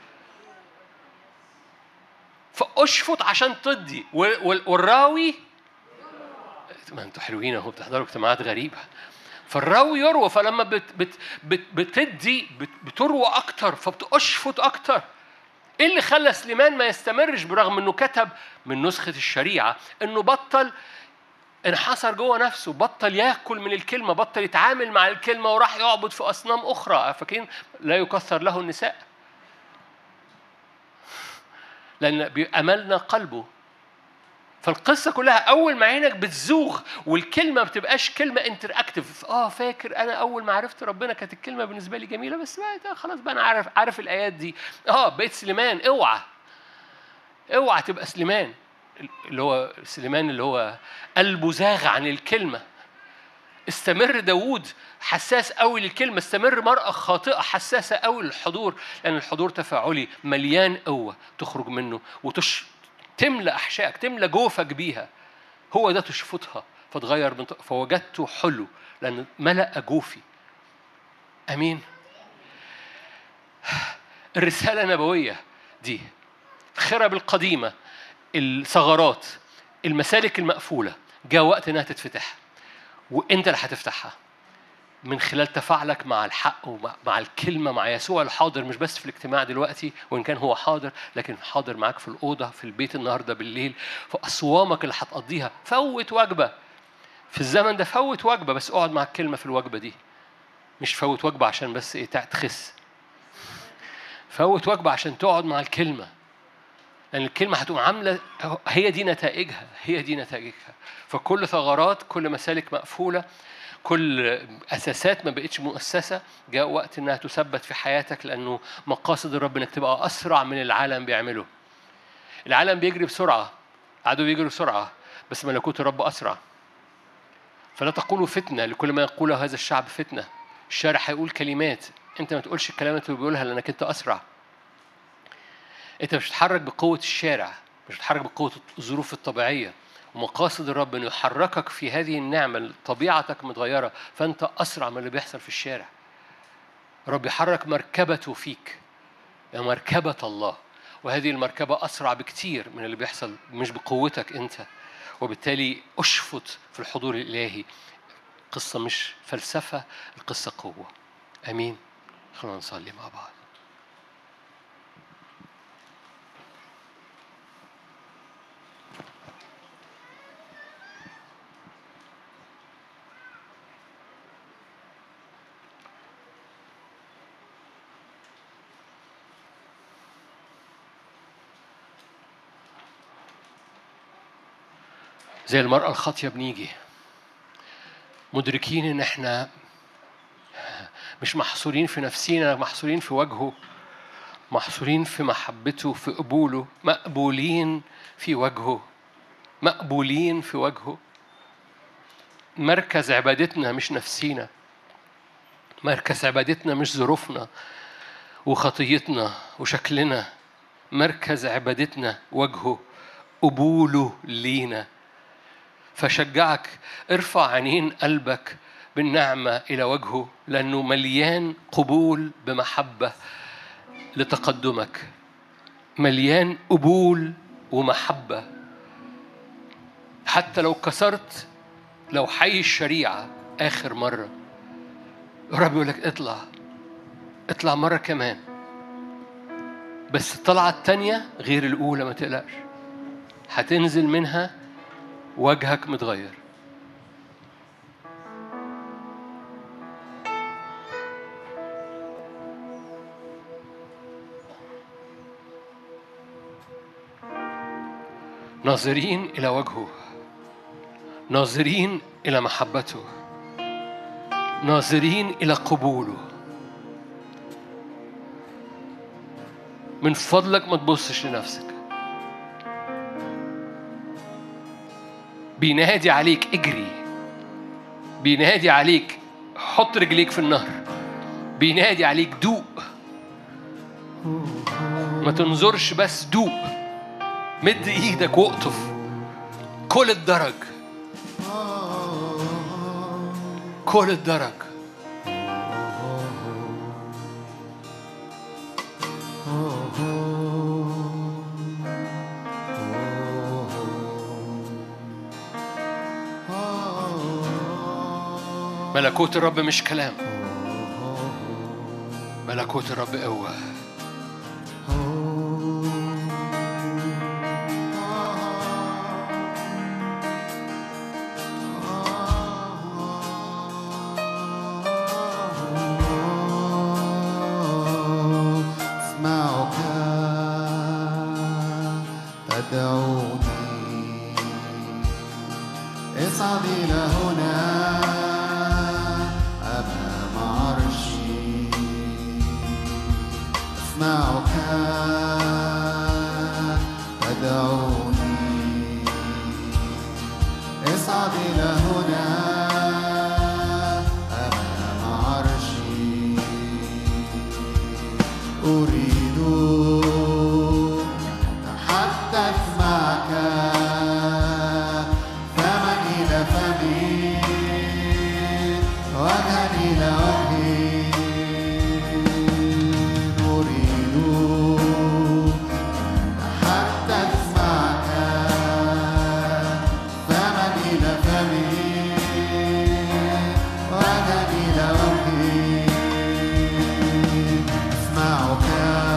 فأشفط عشان تدي. والراوي، ما أنتوا حلوين أهو، بتحضروا اجتماعات غريبة. فالراوي يروى، فلما بت بت بت بتدي بت بتروى أكتر، فبتأشفط أكتر. إيه اللي خلى سليمان ما يستمرش برغم إنه كتب من نسخة الشريعة؟ إنه بطل، انحصر جوه نفسه، بطل يأكل من الكلمة، بطل يتعامل مع الكلمة، وراح يعبد في أصنام أخرى. فاكرين لا يكثر له النساء، لأن بأملنا قلبه. فالقصة كلها أول ما عينك بتزوغ والكلمة ما بتبقاش كلمة انتراكتيف. آه فاكر أنا أول ما عرفت ربنا كانت الكلمة بالنسبة لي جميلة، بس بقى خلاص بقى أنا عارف عارف الآيات دي. آه بقيت سليمان. اوعى اوعى تبقى سليمان، اللي هو سليمان اللي هو قلبه زاغ عن الكلمة. استمر داود حساس قوي للكلمة، استمر مرأة خاطئة حساسة قوي للحضور، لأن الحضور تفاعلي مليان قوة تخرج منه وتش تملى أحشائك، تملى جوفك بيها. هو ده تشفطها فتغير من ط... فوجدته حلو لأن ملأ جوفي. أمين. الرسالة النبوية دي، الخرب القديمة، الثغرات، المسالك المقفولة، جاء وقت إنها تتفتح، وإنت اللي هتفتحها من خلال تفاعلك مع الحق ومع الكلمة، مع يسوع الحاضر، مش بس في الاجتماع دلوقتي وإن كان هو حاضر، لكن حاضر معاك في الأوضة، في البيت النهاردة بالليل، في أصوامك اللي هتقضيها. فوت وجبة في الزمن ده، فوت وجبة، بس اقعد مع الكلمة في الوجبة دي. مش فوت وجبة عشان بس إيه تخس، فوت وجبة عشان تقعد مع الكلمة، لأن الكلمة هتقوم عاملة، هي دي نتائجها، هي دي نتائجها. فكل ثغرات، كل مسالك مقفولة، كل أساسات ما بقتش مؤسسة، جاء وقت إنها تثبت في حياتك، لأنه مقاصد الرب إنك تبقى أسرع من العالم بيعمله. العالم بيجري بسرعة، عدو بيجري بسرعة، بس ملكوت الرب أسرع. فلا تقولوا فتنة، لكل ما يقوله هذا الشعب فتنة. الشارع هيقول كلمات، أنت ما تقولش الكلمات اللي بيقولها لأنك أنت أسرع. أنت مش بتتحرك بقوة الشارع، مش بتتحرك بقوة الظروف الطبيعية. ومقاصد الرب إنه يحركك في هذه النعمة، طبيعتك متغيرة، فأنت أسرع من اللي بيحصل في الشارع. الرب يحرك مركبته فيك، يعني مركبة الله، وهذه المركبة أسرع بكتير من اللي بيحصل، مش بقوتك أنت. وبالتالي أشفط في الحضور الإلهي. قصة مش فلسفة، القصة قوة. أمين. خلونا نصلي مع بعض. زي المرأة الخاطية بنيجي مدركين إن إحنا مش محصورين في نفسينا، محصورين في وجهه، محصورين في محبته، في قبوله، مقبولين في وجهه، مقبولين في وجهه. مركز عبادتنا مش نفسينا، مركز عبادتنا مش ظروفنا وخطيتنا وشكلنا، مركز عبادتنا وجهه، قبوله لينا. فشجعك ارفع عينين قلبك بالنعمة إلى وجهه، لأنه مليان قبول بمحبة لتقدمك، مليان قبول ومحبة. حتى لو كسرت، لو حي الشريعة آخر مرة، الرب يقول لك اطلع اطلع مرة كمان، بس الطلعة التانية غير الأولى، ما تقلقش، هتنزل منها وجهك متغير. ناظرين إلى وجهه، ناظرين إلى محبته، ناظرين إلى قبوله. من فضلك ما تبصش لنفسك. بينادي عليك اجري، بينادي عليك حط رجليك في النهر، بينادي عليك دوق. ما تنظرش بس، دوق. مد ايدك واقطف. كل الدرج، كل الدرج. ملكوت الرب مش كلام، ملكوت الرب قوة. اسمعك تدعوني، اصعد إلى هنا أمام عرشي. اسمعك تدعوني، اصعد إلى هنا أمام عرشي. أريد أتحدث معك فما إلى فمي، وجها إلى وجهي. أريد أتحدث معك فما إلى فمي، وجها إلى وجهي. اسمعك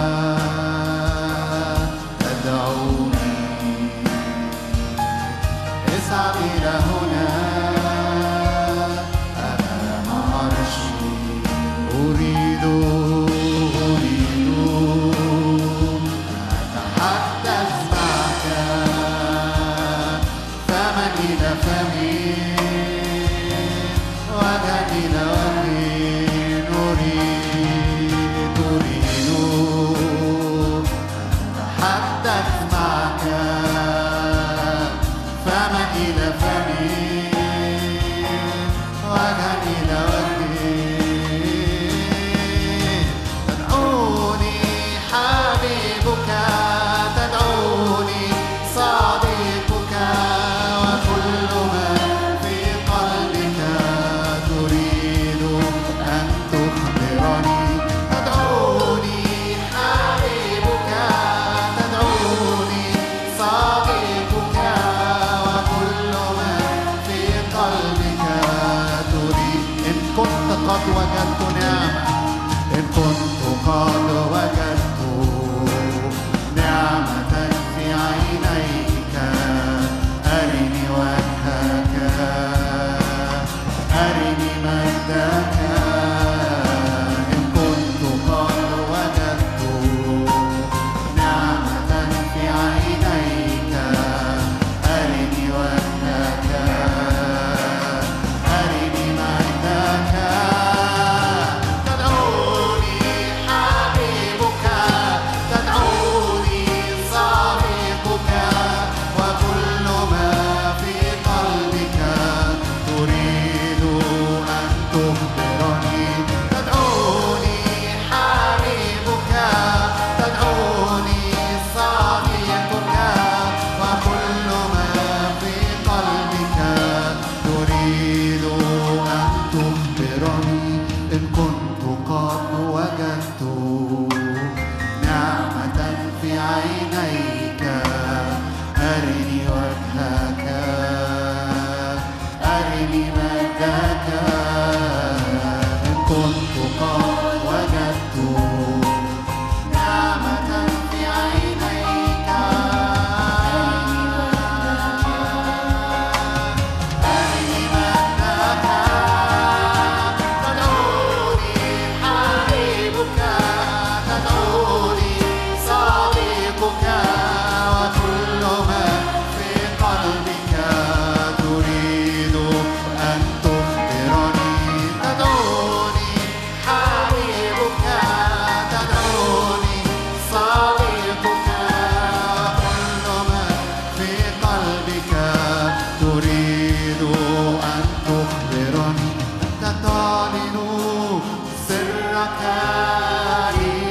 سرك لي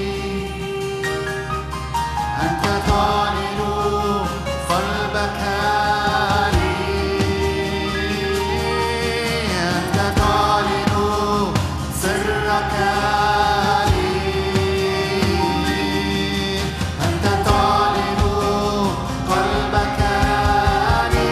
أنت تعلن قلبك لي أنت تعلن سرك لي أنت تعلن قلبك لي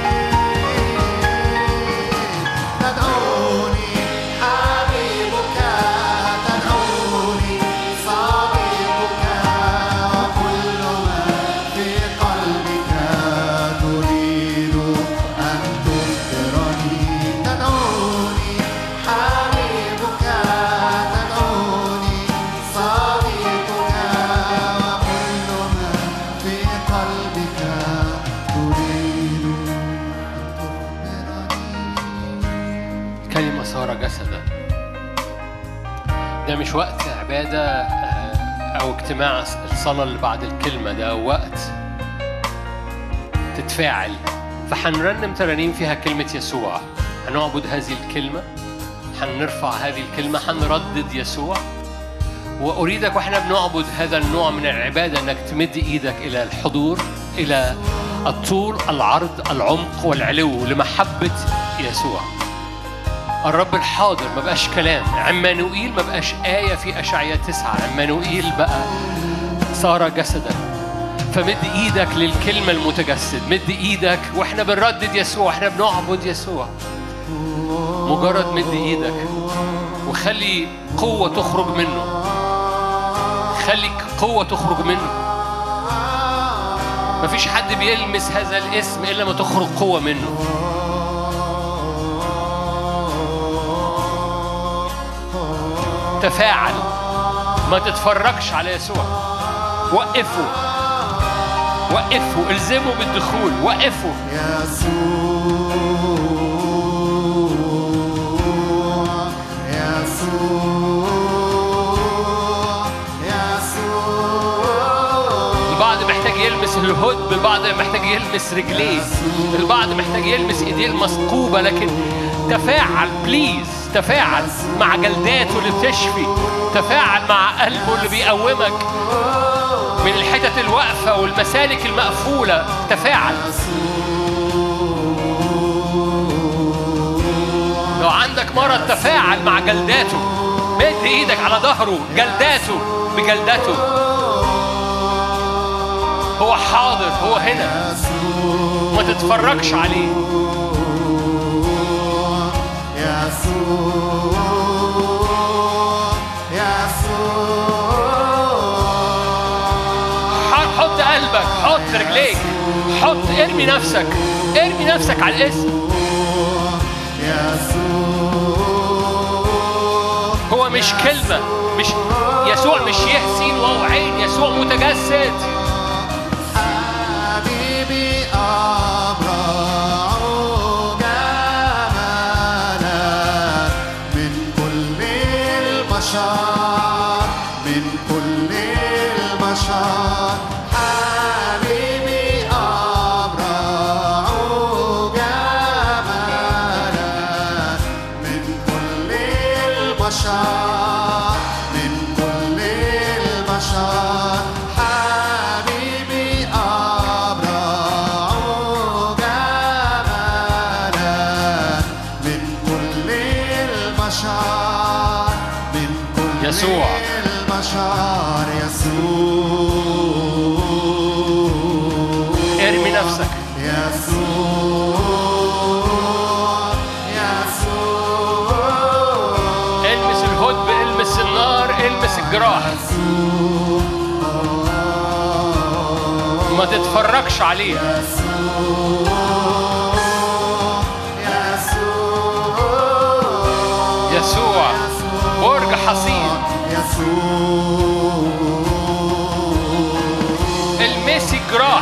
تدعوني حبيبك تدعوني صديقك وكل ما في قلبك تريد أن تخبرني تدعوني حبيبك تدعوني صديقك وكل ما في قلبك تريد أن تخبرني. كلمة صار جسدا. ده مش وقت عبادة آه، أو اجتماع الصلاة اللي بعد الكلمة، ده وقت تتفاعل. فحنرنم ترانيم فيها كلمة يسوع، هنعبد هذه الكلمة، هنرفع هذه الكلمة، هنردد يسوع. وأريدك وإحنا بنعبد هذا النوع من العبادة أنك تمد إيدك إلى الحضور، إلى الطول العرض العمق والعلو لمحبة يسوع. الرب الحاضر ما بقاش كلام. عمانوئيل ما بقاش آية في أشعياء تسعة، عمانوئيل بقى صار جسدا. فمد إيدك للكلمة المتجسد، مد إيدك وإحنا بنردد يسوع، إحنا بنعبد يسوع. مجرد مد إيدك وخلي قوة تخرج منه، خلي قوة تخرج منه. مفيش حد بيلمس هذا الاسم إلا ما تخرج قوة منه. تفاعل، ما تتفرجش على يسوع. وقفوا وقفوا، الزموا بالدخول، وقفوا. يسوع يسوع يسوع. البعض محتاج يلمس الهد، البعض محتاج يلمس رجليه، البعض محتاج يلمس ايديه المثقوبة. لكن تفاعل بليز، تفاعل مع جلداته اللي بتشفي، تفاعل مع قلبه اللي بيقومك من الحتت الواقفة والمسالك المقفولة. تفاعل. لو عندك مرض تفاعل مع جلداته، مد ايدك على ظهره، جلداته بجلدته. هو حاضر، هو هنا، ما تتفرجش عليه. يسوع يسوع. حط قلبك، حط رجليك، حط، ارمي نفسك، ارمي نفسك على الاسم. هو مش كلمة، مش يسوع، مش يحسين واو عين، يسوع متجسد. حبيبي أبرع جمالا من كل البشر، من كل البشر. حبيبي أبرع جمالا من كل البشر، من كل البشر. حبيبي أبرع جمالا من كل البشر، من كل يسوع. البشر. يسوع. ارمي نفسك. يسوع يسوع. المس الهدب، المس النار، المس الجراح. ما تتفرجش عليه. يسوع برج حصين. المسي الجراح.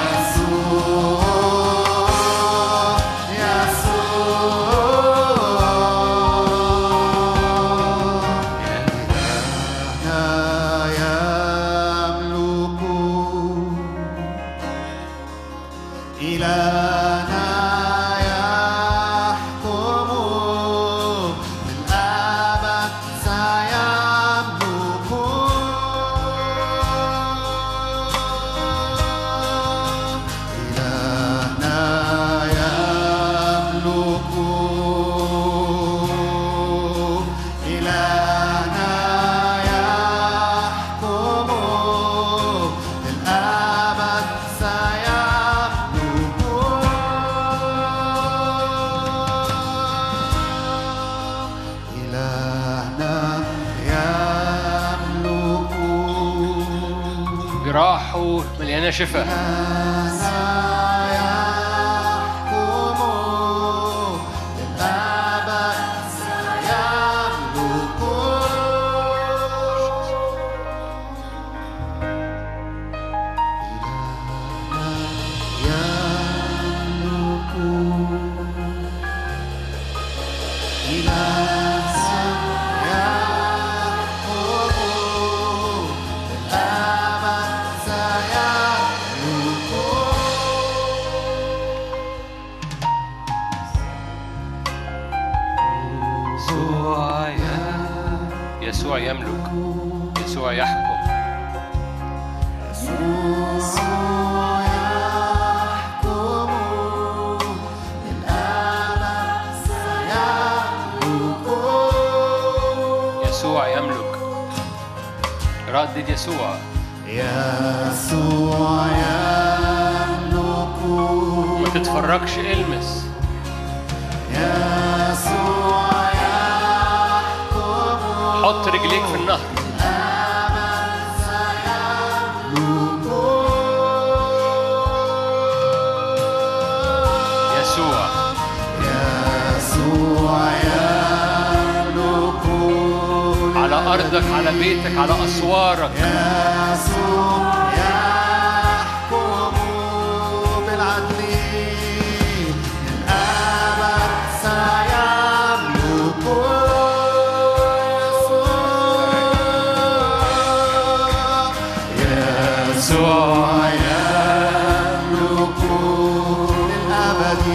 إلهنا يحكم بالأبد سيحكم. جراحه مليانة شفاء. يسوع يملك، يسوع يحكم. يسوع يملك. ردد يسوع. يسوع يملك. ما تتفرجش، المس. يسوع حط رجليك في النهر. يسوع يسوع يملك على أرضك، على بيتك، على أسوارك. يسوع يحكم بالعدل، الأبد سيملك. يسوع يملك للأبد.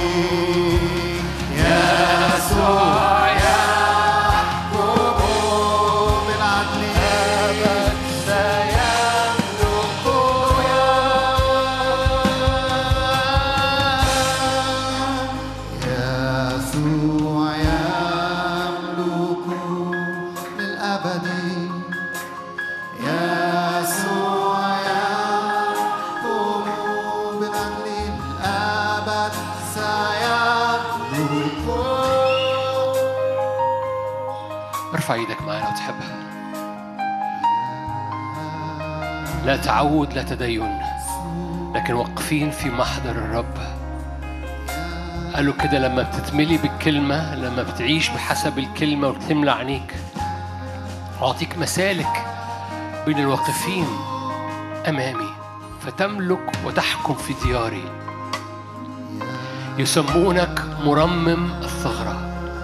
يسوع يحكم بالعدل، الأبد سيملك. يسوع يملك للأبد. يسوع يحكم بالعدل، الأبد سيملك. ارفع ايدك معايا لو تحبها. لا تعود، لا تدين، لكن واقفين في محضر الرب. قالوا كده لما بتتملي بالكلمة، لما بتعيش بحسب الكلمة وتملى عينيك، أعطيك مسالك بين الواقفين أمامي فتملك وتحكم في دياري. يسمونك مرمم الثغرة،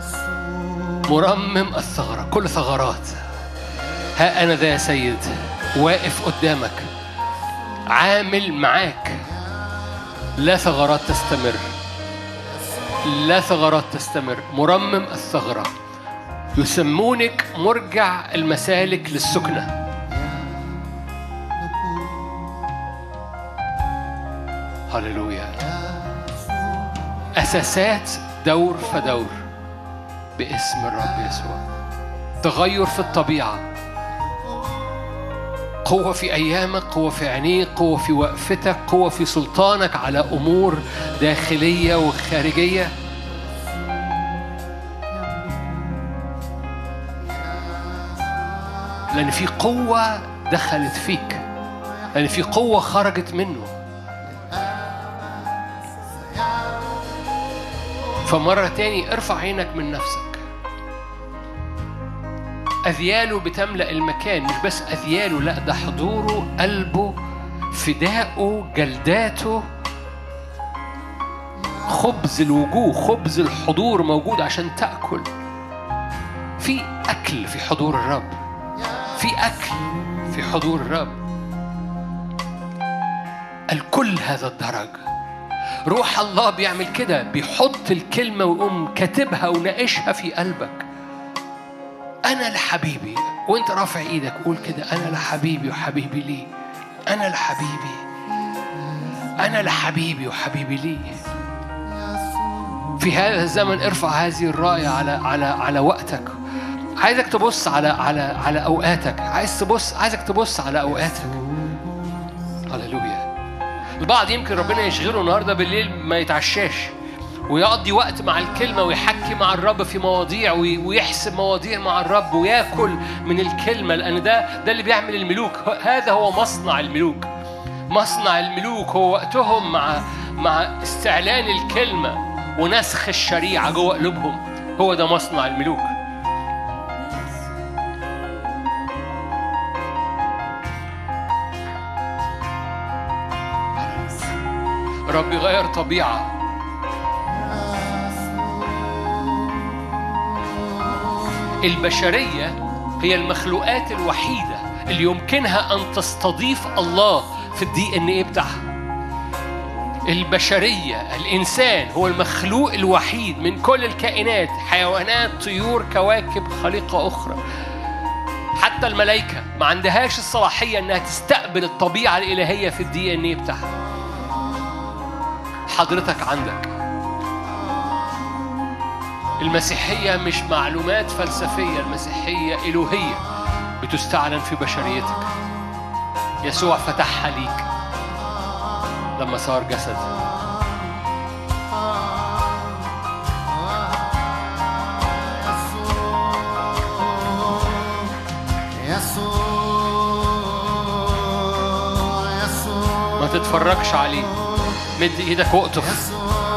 مرمم الثغرة، كل ثغرات. ها أنا ذا يا سيد واقف قدامك، عامل معاك. لا ثغرات تستمر، لا ثغرات تستمر. مرمم الثغرة. يسمونك مرجع المسالك للسكنة. هللويا. أساسات دور فدور باسم الرب يسوع. تغير في الطبيعة، قوة في أيامك، قوة في عينيك، قوة في وقفتك، قوة في سلطانك على أمور داخلية وخارجية. لأن في قوة دخلت فيك، لأن في قوة خرجت منه. فمرة تاني ارفع عينك من نفسك. أذياله بتملأ المكان، مش بس أذياله، لا ده حضوره، قلبه، فداؤه، جلداته، خبز الوجوه، خبز الحضور موجود عشان تأكل. في أكل في حضور الرب، في أكل في حضور الرب. الكل هذا الدرج. روح الله بيعمل كده، بيحط الكلمة ويقوم كاتبها وناقشها في قلبك. أنا لحبيبي، وانت رافع ايدك قول كده: أنا لحبيبي وحبيبي لي. أنا لحبيبي، أنا لحبيبي وحبيبي لي. في هذا الزمن ارفع هذه الراية على على على وقتك. عايزك تبص على على على أوقاتك. عايز تبص عايزك تبص على أوقاتك. هللويا. البعض يمكن ربنا يشغله النهارده بالليل ما يتعشاش ويقضي وقت مع الكلمة ويحكي مع الرب في مواضيع ويحسب مواضيع مع الرب ويأكل من الكلمة، لأن ده ده اللي بيعمل الملوك. هذا هو مصنع الملوك. مصنع الملوك هو وقتهم مع مع استعلان الكلمة ونسخ الشريعة جوه قلوبهم. هو ده مصنع الملوك. رب يغير طبيعة. البشرية هي المخلوقات الوحيدة اللي يمكنها أن تستضيف الله في الدي ان ايه بتاعها. البشرية، الإنسان هو المخلوق الوحيد من كل الكائنات، حيوانات، طيور، كواكب، خليقة أخرى، حتى الملائكة ما عندهاش الصلاحية أنها تستقبل الطبيعة الإلهية في الدي ان ايه بتاعها. حضرتك عندك. المسيحية مش معلومات فلسفية، المسيحية إلهية بتستعلن في بشريتك. يسوع فتحها ليك لما صار جسد. ما تتفرجش عليه، مد ايدك واقطف.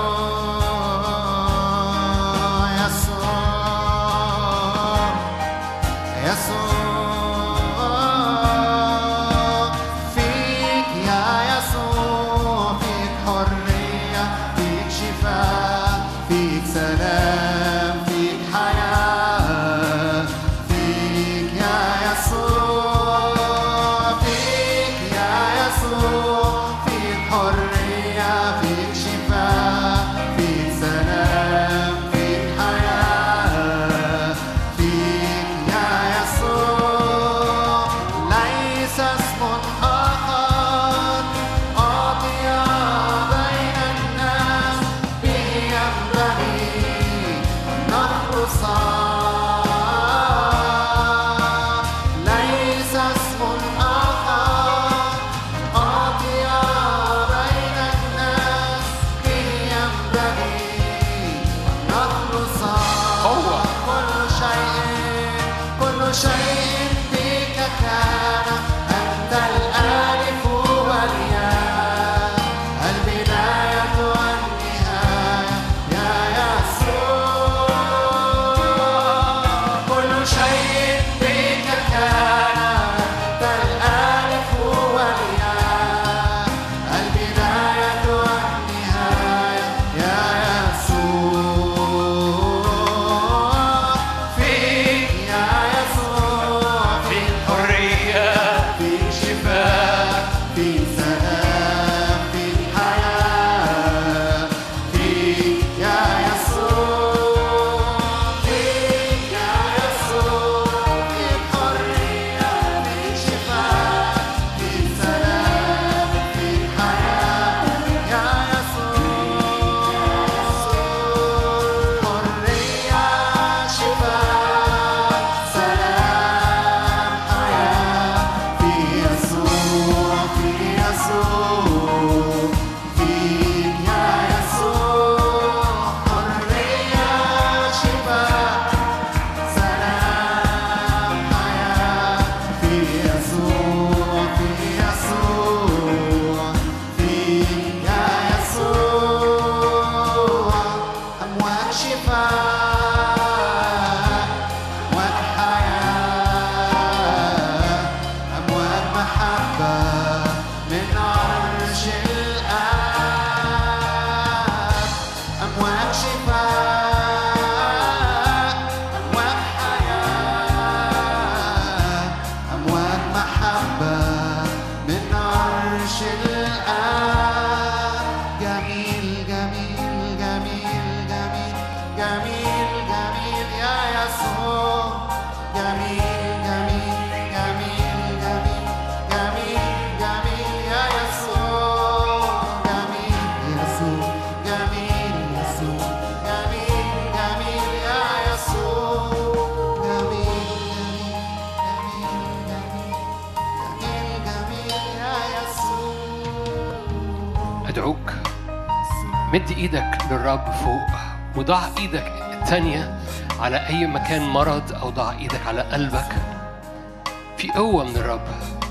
مد ايدك للرب فوق وضع ايدك الثانية على اي مكان مرض او ضع ايدك على قلبك. في قوة من الرب،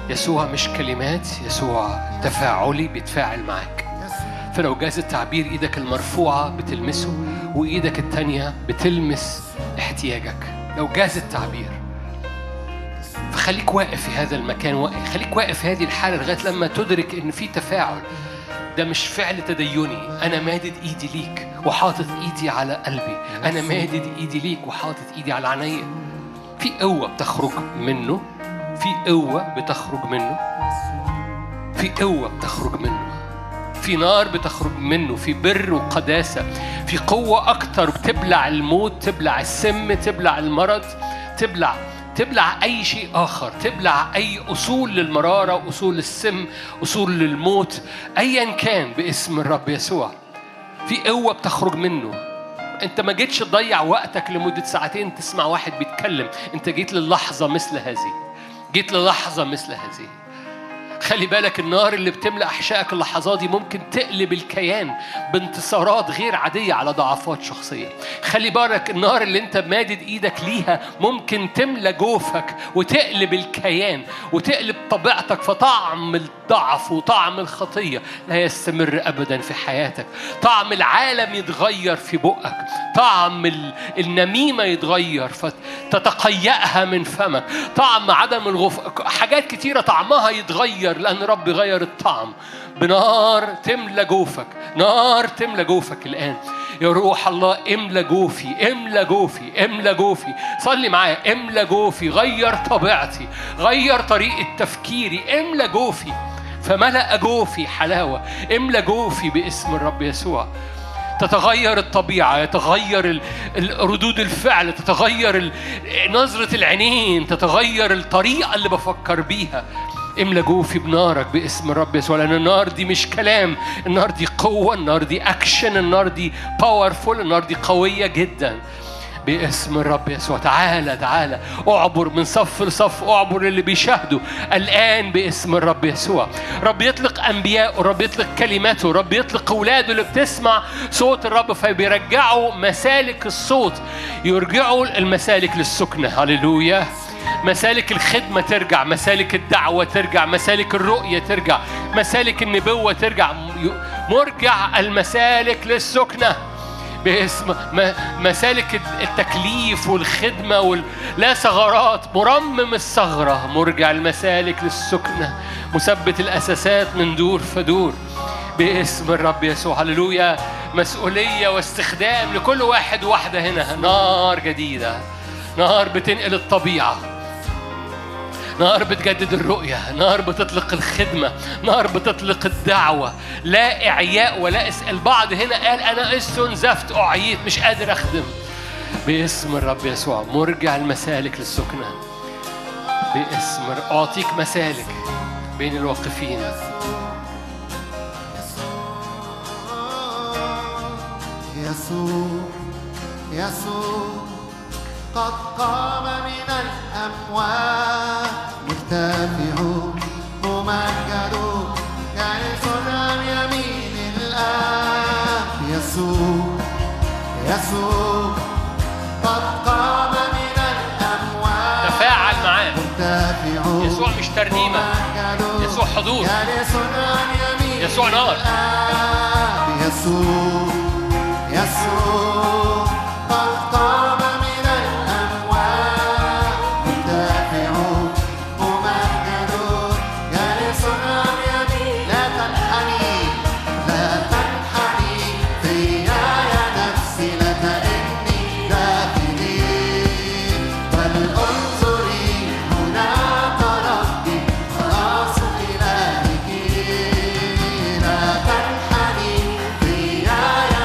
يسوع مش كلمات، يسوع تفاعلي بيتفاعل معاك. فلو جاز التعبير إيدك المرفوعة بتلمسه وإيدك التانية بتلمس احتياجك، لو جاز التعبير. فخليك واقف في هذا المكان، خليك واقف في هذه الحالة لغاية لما تدرك إن في تفاعل. ده مش فعل تديني، أنا مادد إيدي ليك وحاطط إيدي على قلبي، أنا مادد إيدي ليك وحاطط إيدي على عيني. في قوة بتخرج منه، في قوة بتخرج منه، في قوة بتخرج منه، في نار بتخرج منه، في بر وقداسة، في قوة أكتر بتبلع الموت، تبلع السم، تبلع المرض، تبلع تبلع أي شيء آخر، تبلع أي أصول للمرارة، أصول للسم، أصول للموت، أيا كان باسم الرب يسوع. في قوة بتخرج منه. أنت ما جيتش تضيع وقتك لمدة ساعتين تسمع واحد بيتكلم، أنت جيت للحظة مثل هذه، جيت للحظة مثل هذه. خلي بالك النار اللي بتملأ أحشائك اللحظات دي ممكن تقلب الكيان بانتصارات غير عادية على ضعفات شخصية. خلي بالك النار اللي انت مادد ايدك ليها ممكن تملأ جوفك وتقلب الكيان وتقلب طبيعتك، فطعم الضعف وطعم الخطية لا يستمر أبدا في حياتك. طعم العالم يتغير في بقك، طعم النميمة يتغير فتتقيأها من فمك، طعم عدم الغفران، حاجات كتيرة طعمها يتغير لأن رب غير الطعم بنار تملى جوفك. نار تملى جوفك الآن يا روح الله. املى جوفي، املى جوفي، املى جوفي. صلي معايا، املى جوفي، غير طبيعتي، غير طريقة تفكيري، املى جوفي. فملأ جوفي حلاوة. املى جوفي باسم الرب يسوع. تتغير الطبيعة، يتغير ردود الفعل، تتغير نظرة العينين، تتغير الطريقة اللي بفكر بيها. املى جوفي بنارك باسم الرب يسوع، لأن النار دي مش كلام، النار دي قوة، النار دي أكشن، النار دي باورفول، النار دي قوية جدا باسم الرب يسوع. تعالى تعالى اعبر من صف لصف، اعبر اللي بيشاهدوا الآن باسم الرب يسوع. رب يطلق أنبياء، رب يطلق كلماته، رب يطلق أولاده اللي بتسمع صوت الرب فبيرجعوا مسالك الصوت، يرجعوا المسالك للسكنة. هللويا. مسالك الخدمة ترجع، مسالك الدعوة ترجع، مسالك الرؤية ترجع، مسالك النبوة ترجع. مرجع المسالك للسكنة باسم مسالك التكليف والخدمة وال... لا ثغرات، مرمم الثغرة، مرجع المسالك للسكنة، مثبت الأساسات من دور فدور باسم الرب يسوع. هللويا. مسؤولية واستخدام لكل واحد واحدة هنا. نار جديدة، نار بتنقل الطبيعة، نار بتجدد الرؤية، نار بتطلق الخدمة، نار بتطلق الدعوة. لا إعياء ولا اسأل. البعض هنا قال أنا استنزفت، أعييت، مش قادر أخدم. باسم الرب يسوع مرجع المسالك للسكنة باسم. أعطيك مسالك بين الواقفين. يسوع يسوع قد قام من الأموات، مرتفع ممجد جالس عن يمين الآب. يسوع يسوع قد قام من الأموات. تفاعل معاه. مرتفع. يسوع مش ترنيمة، يسوع حضور، جالس عن يمين يسوع نار. الآب. يسوع يسوع قد قام من الأموات، مرتفع ممجد جالس عن يمين. لا تنحني لا تنحني فيا يا نفسي، لا تئني داخلي، بل انظري هناك ربي خلاص إلهك. لا تنحني فيا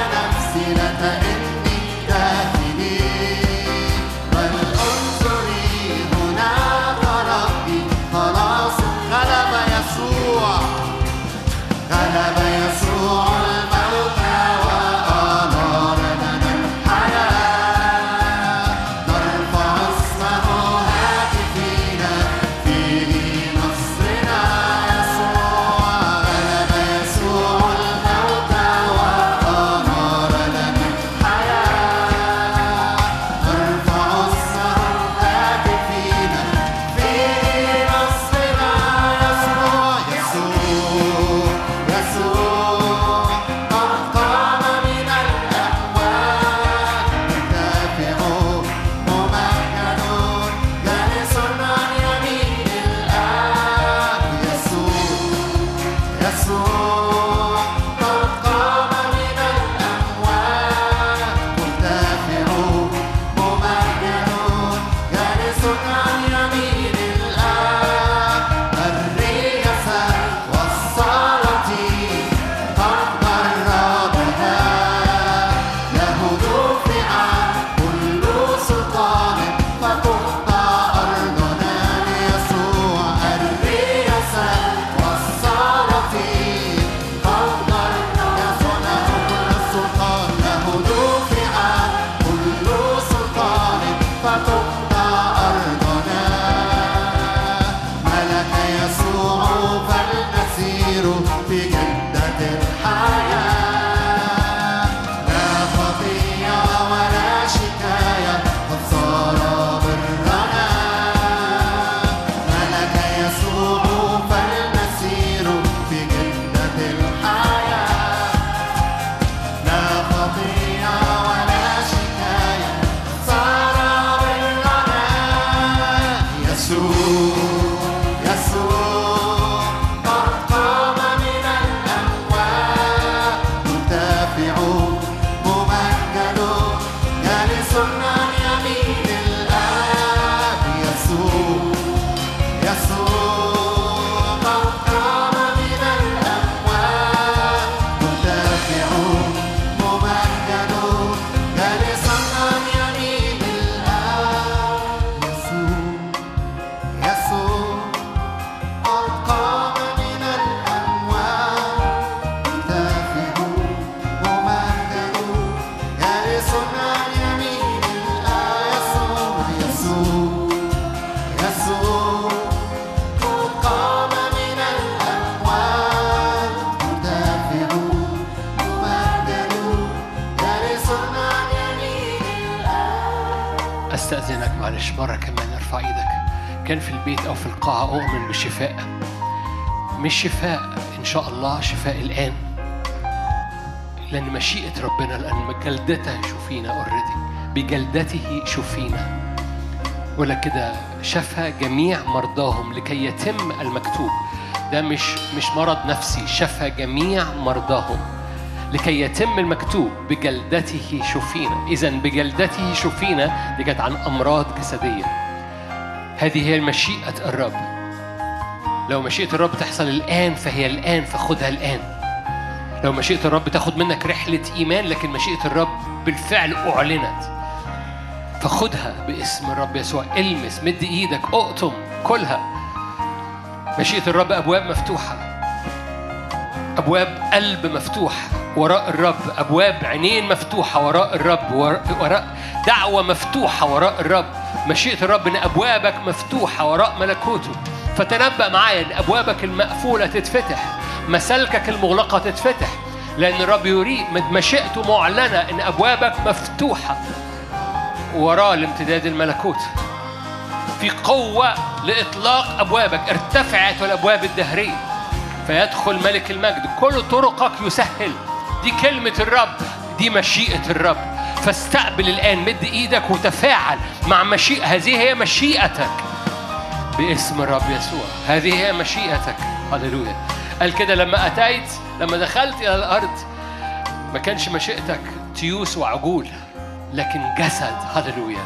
معلش مرة كمان ارفع ايدك. كان في البيت أو في القاعة أؤمن بالشفاء، مش شفاء إن شاء الله، شفاء الآن، لأن مشيئة ربنا، لأن جلدته شوفينا أوريدي، بجلدته شوفينا. ولا كده شفى جميع مرضاهم لكي يتم المكتوب. ده مش مش مرض نفسي، شفى جميع مرضاهم لكي يتم المكتوب بجلدته شوفينا. إذن بجلدته شوفينا دي كانت عن أمراض جسدية. هذه هي مشيئة الرب. لو مشيئة الرب تحصل الآن فهي الآن، فخدها الآن. لو مشيئة الرب تاخد منك رحلة إيمان، لكن مشيئة الرب بالفعل أعلنت، فخدها باسم الرب يسوع. المس، مد إيدك، أقطم، كلها. مشيئة الرب أبواب مفتوحة، أبواب قلب مفتوح وراء الرب، أبواب عينين مفتوحة وراء الرب، وراء دعوة مفتوحة وراء الرب. مشيئة الرب إن أبوابك مفتوحة وراء ملكوته. فتنبأ معايا إن أبوابك المقفولة تتفتح، مسالكك المغلقة تتفتح، لأن الرب يريد مشيئته معلنة إن أبوابك مفتوحة وراء الامتداد الملكوت. في قوة لإطلاق أبوابك، ارتفعت الأبواب الدهرية فيدخل ملك المجد، كل طرقك يسهل. دي كلمة الرب، دي مشيئة الرب. فاستقبل الآن، مد إيدك وتفاعل مع مشيئة. هذه هي مشيئتك باسم الرب يسوع. هذه هي مشيئتك. هللويا. قال كده لما أتيت، لما دخلت إلى الأرض، ما كانش مشيئتك تيوس وعجول، لكن جسد. هللويا.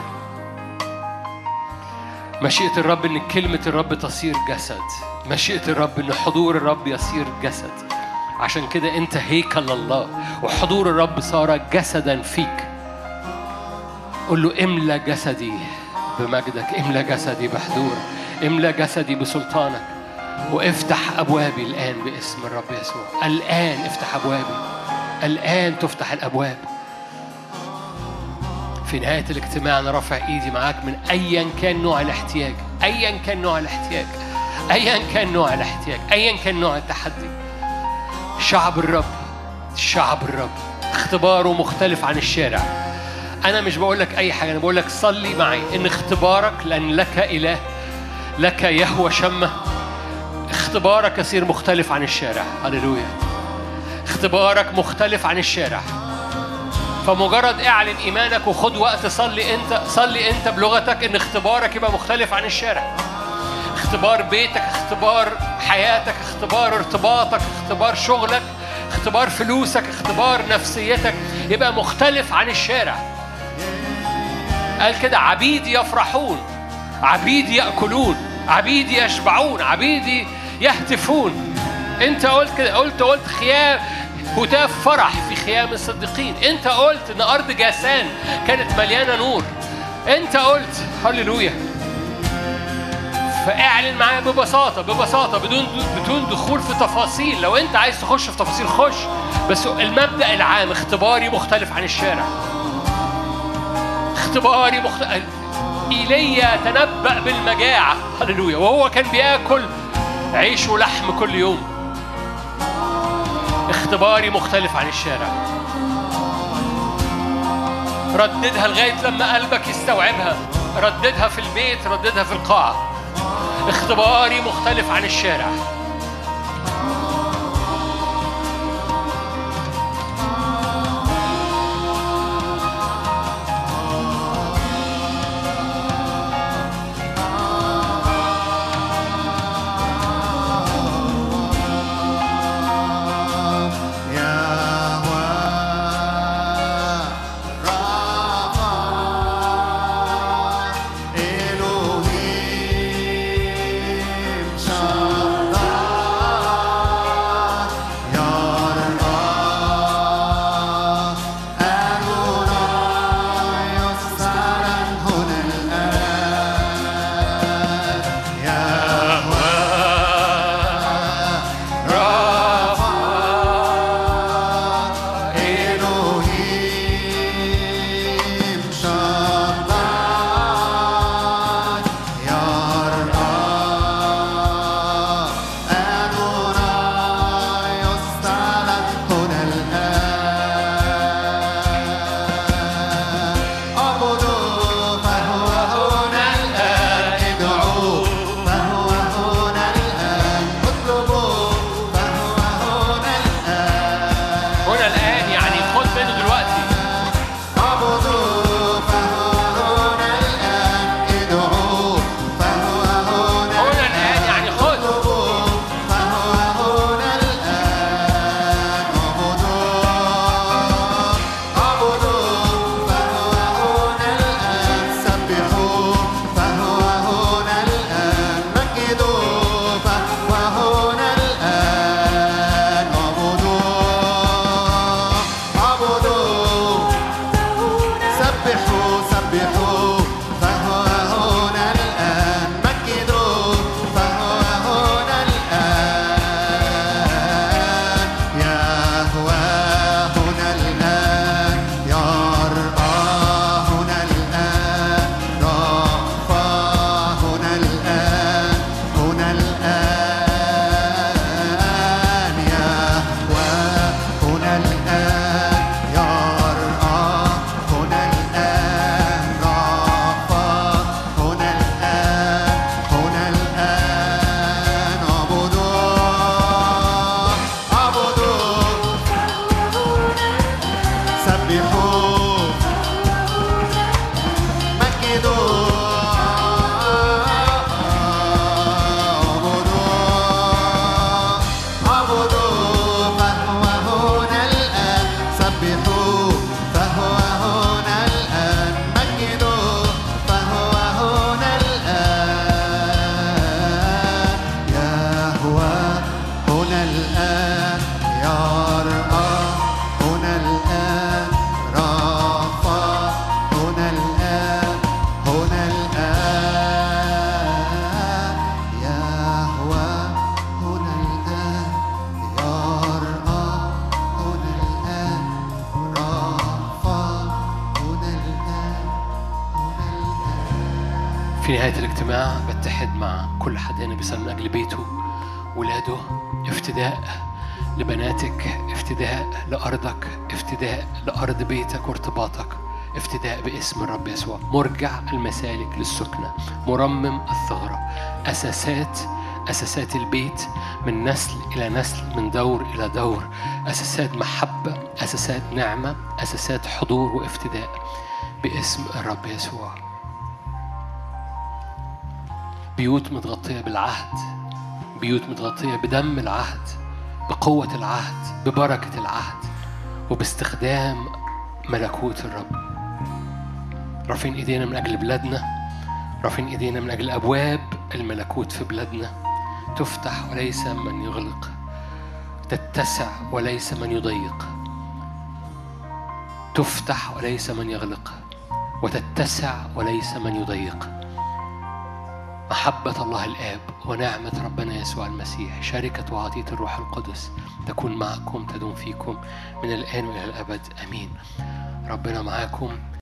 مشيئة الرب إن كلمة الرب تصير جسد. مشيئة الرب إن حضور الرب يصير جسد. عشان كده أنت هيكل الله، وحضور الرب صار جسدا فيك. قل له املى جسدي بمجدك، املى جسدي بحضورك، املى جسدي بسلطانك، وافتح أبوابي الآن باسم الرب يسوع. الآن افتح أبوابي، الآن تفتح الأبواب. في نهاية الاجتماع أنا رافع إيدي معاك من أيا كان نوع الاحتياج، أيا كان نوع الاحتياج، أيا كان نوع الاحتياج، أيا كان نوع التحدي. شعب الرب، شعب الرب اختباره مختلف عن الشارع. أنا مش بقول لك أي حاجة، أنا بقول لك صلي معي إن اختبارك، لأن لك إله، لك يهوى شمة، اختبارك يصير مختلف عن الشارع. هللويا. اختبارك مختلف عن الشارع. فمجرد اعلن إيمانك وخد وقت صلي أنت، صلي أنت بلغتك إن اختبارك يبقى مختلف عن الشارع. اختبار بيتك، اختبار حياتك، اختبار ارتباطك، اختبار شغلك، اختبار فلوسك، اختبار نفسيتك يبقى مختلف عن الشارع. قال كده عبيدي يفرحون، عبيدي يأكلون، عبيدي يشبعون، عبيدي يهتفون. انت قلت كده، قلت قلت خيام هتاف فرح في خيام الصديقين. انت قلت ان ارض جاسان كانت مليانه نور. انت قلت هللويا. فاعلن معايا ببساطه، ببساطه، بدون بدون دخول في تفاصيل. لو انت عايز تخش في تفاصيل خش، بس المبدأ العام اختباري مختلف عن الشارع. اختباري مختلف. إيليا تنبأ بالمجاعة، هللويا، وهو كان بياكل عيش ولحم كل يوم. اختباري مختلف عن الشارع. رددها لغاية لما قلبك يستوعبها. رددها في البيت، رددها في القاعة. اختباري مختلف عن الشارع. نهاية الاجتماع بتحد مع كل حد هنا بيصلي من أجل بيته، ولاده، افتداء لبناتك، افتداء لأرضك، افتداء لأرض بيتك وارتباطك، افتداء باسم الرب يسوع. مرجع المسالك للسكنة، مرمم الثغرة، أساسات أساسات البيت من نسل إلى نسل، من دور إلى دور، أساسات محبة، أساسات نعمة، أساسات حضور وافتداء باسم الرب يسوع. بيوت متغطية بالعهد، بيوت متغطية بدم العهد، بقوة العهد، ببركة العهد، وباستخدام ملكوت الرب. رافعين ايدينا من أجل بلادنا، رافعين ايدينا من أجل أبواب الملكوت في بلادنا، تفتح وليس من يغلق، تتسع وليس من يضيق، تفتح وليس من يغلق، وتتسع وليس من يضيق. محبة الله الآب ونعمة ربنا يسوع المسيح، شركة وعطية الروح القدس تكون معكم، تدوم فيكم من الآن وإلى الأبد. أمين. ربنا معاكم.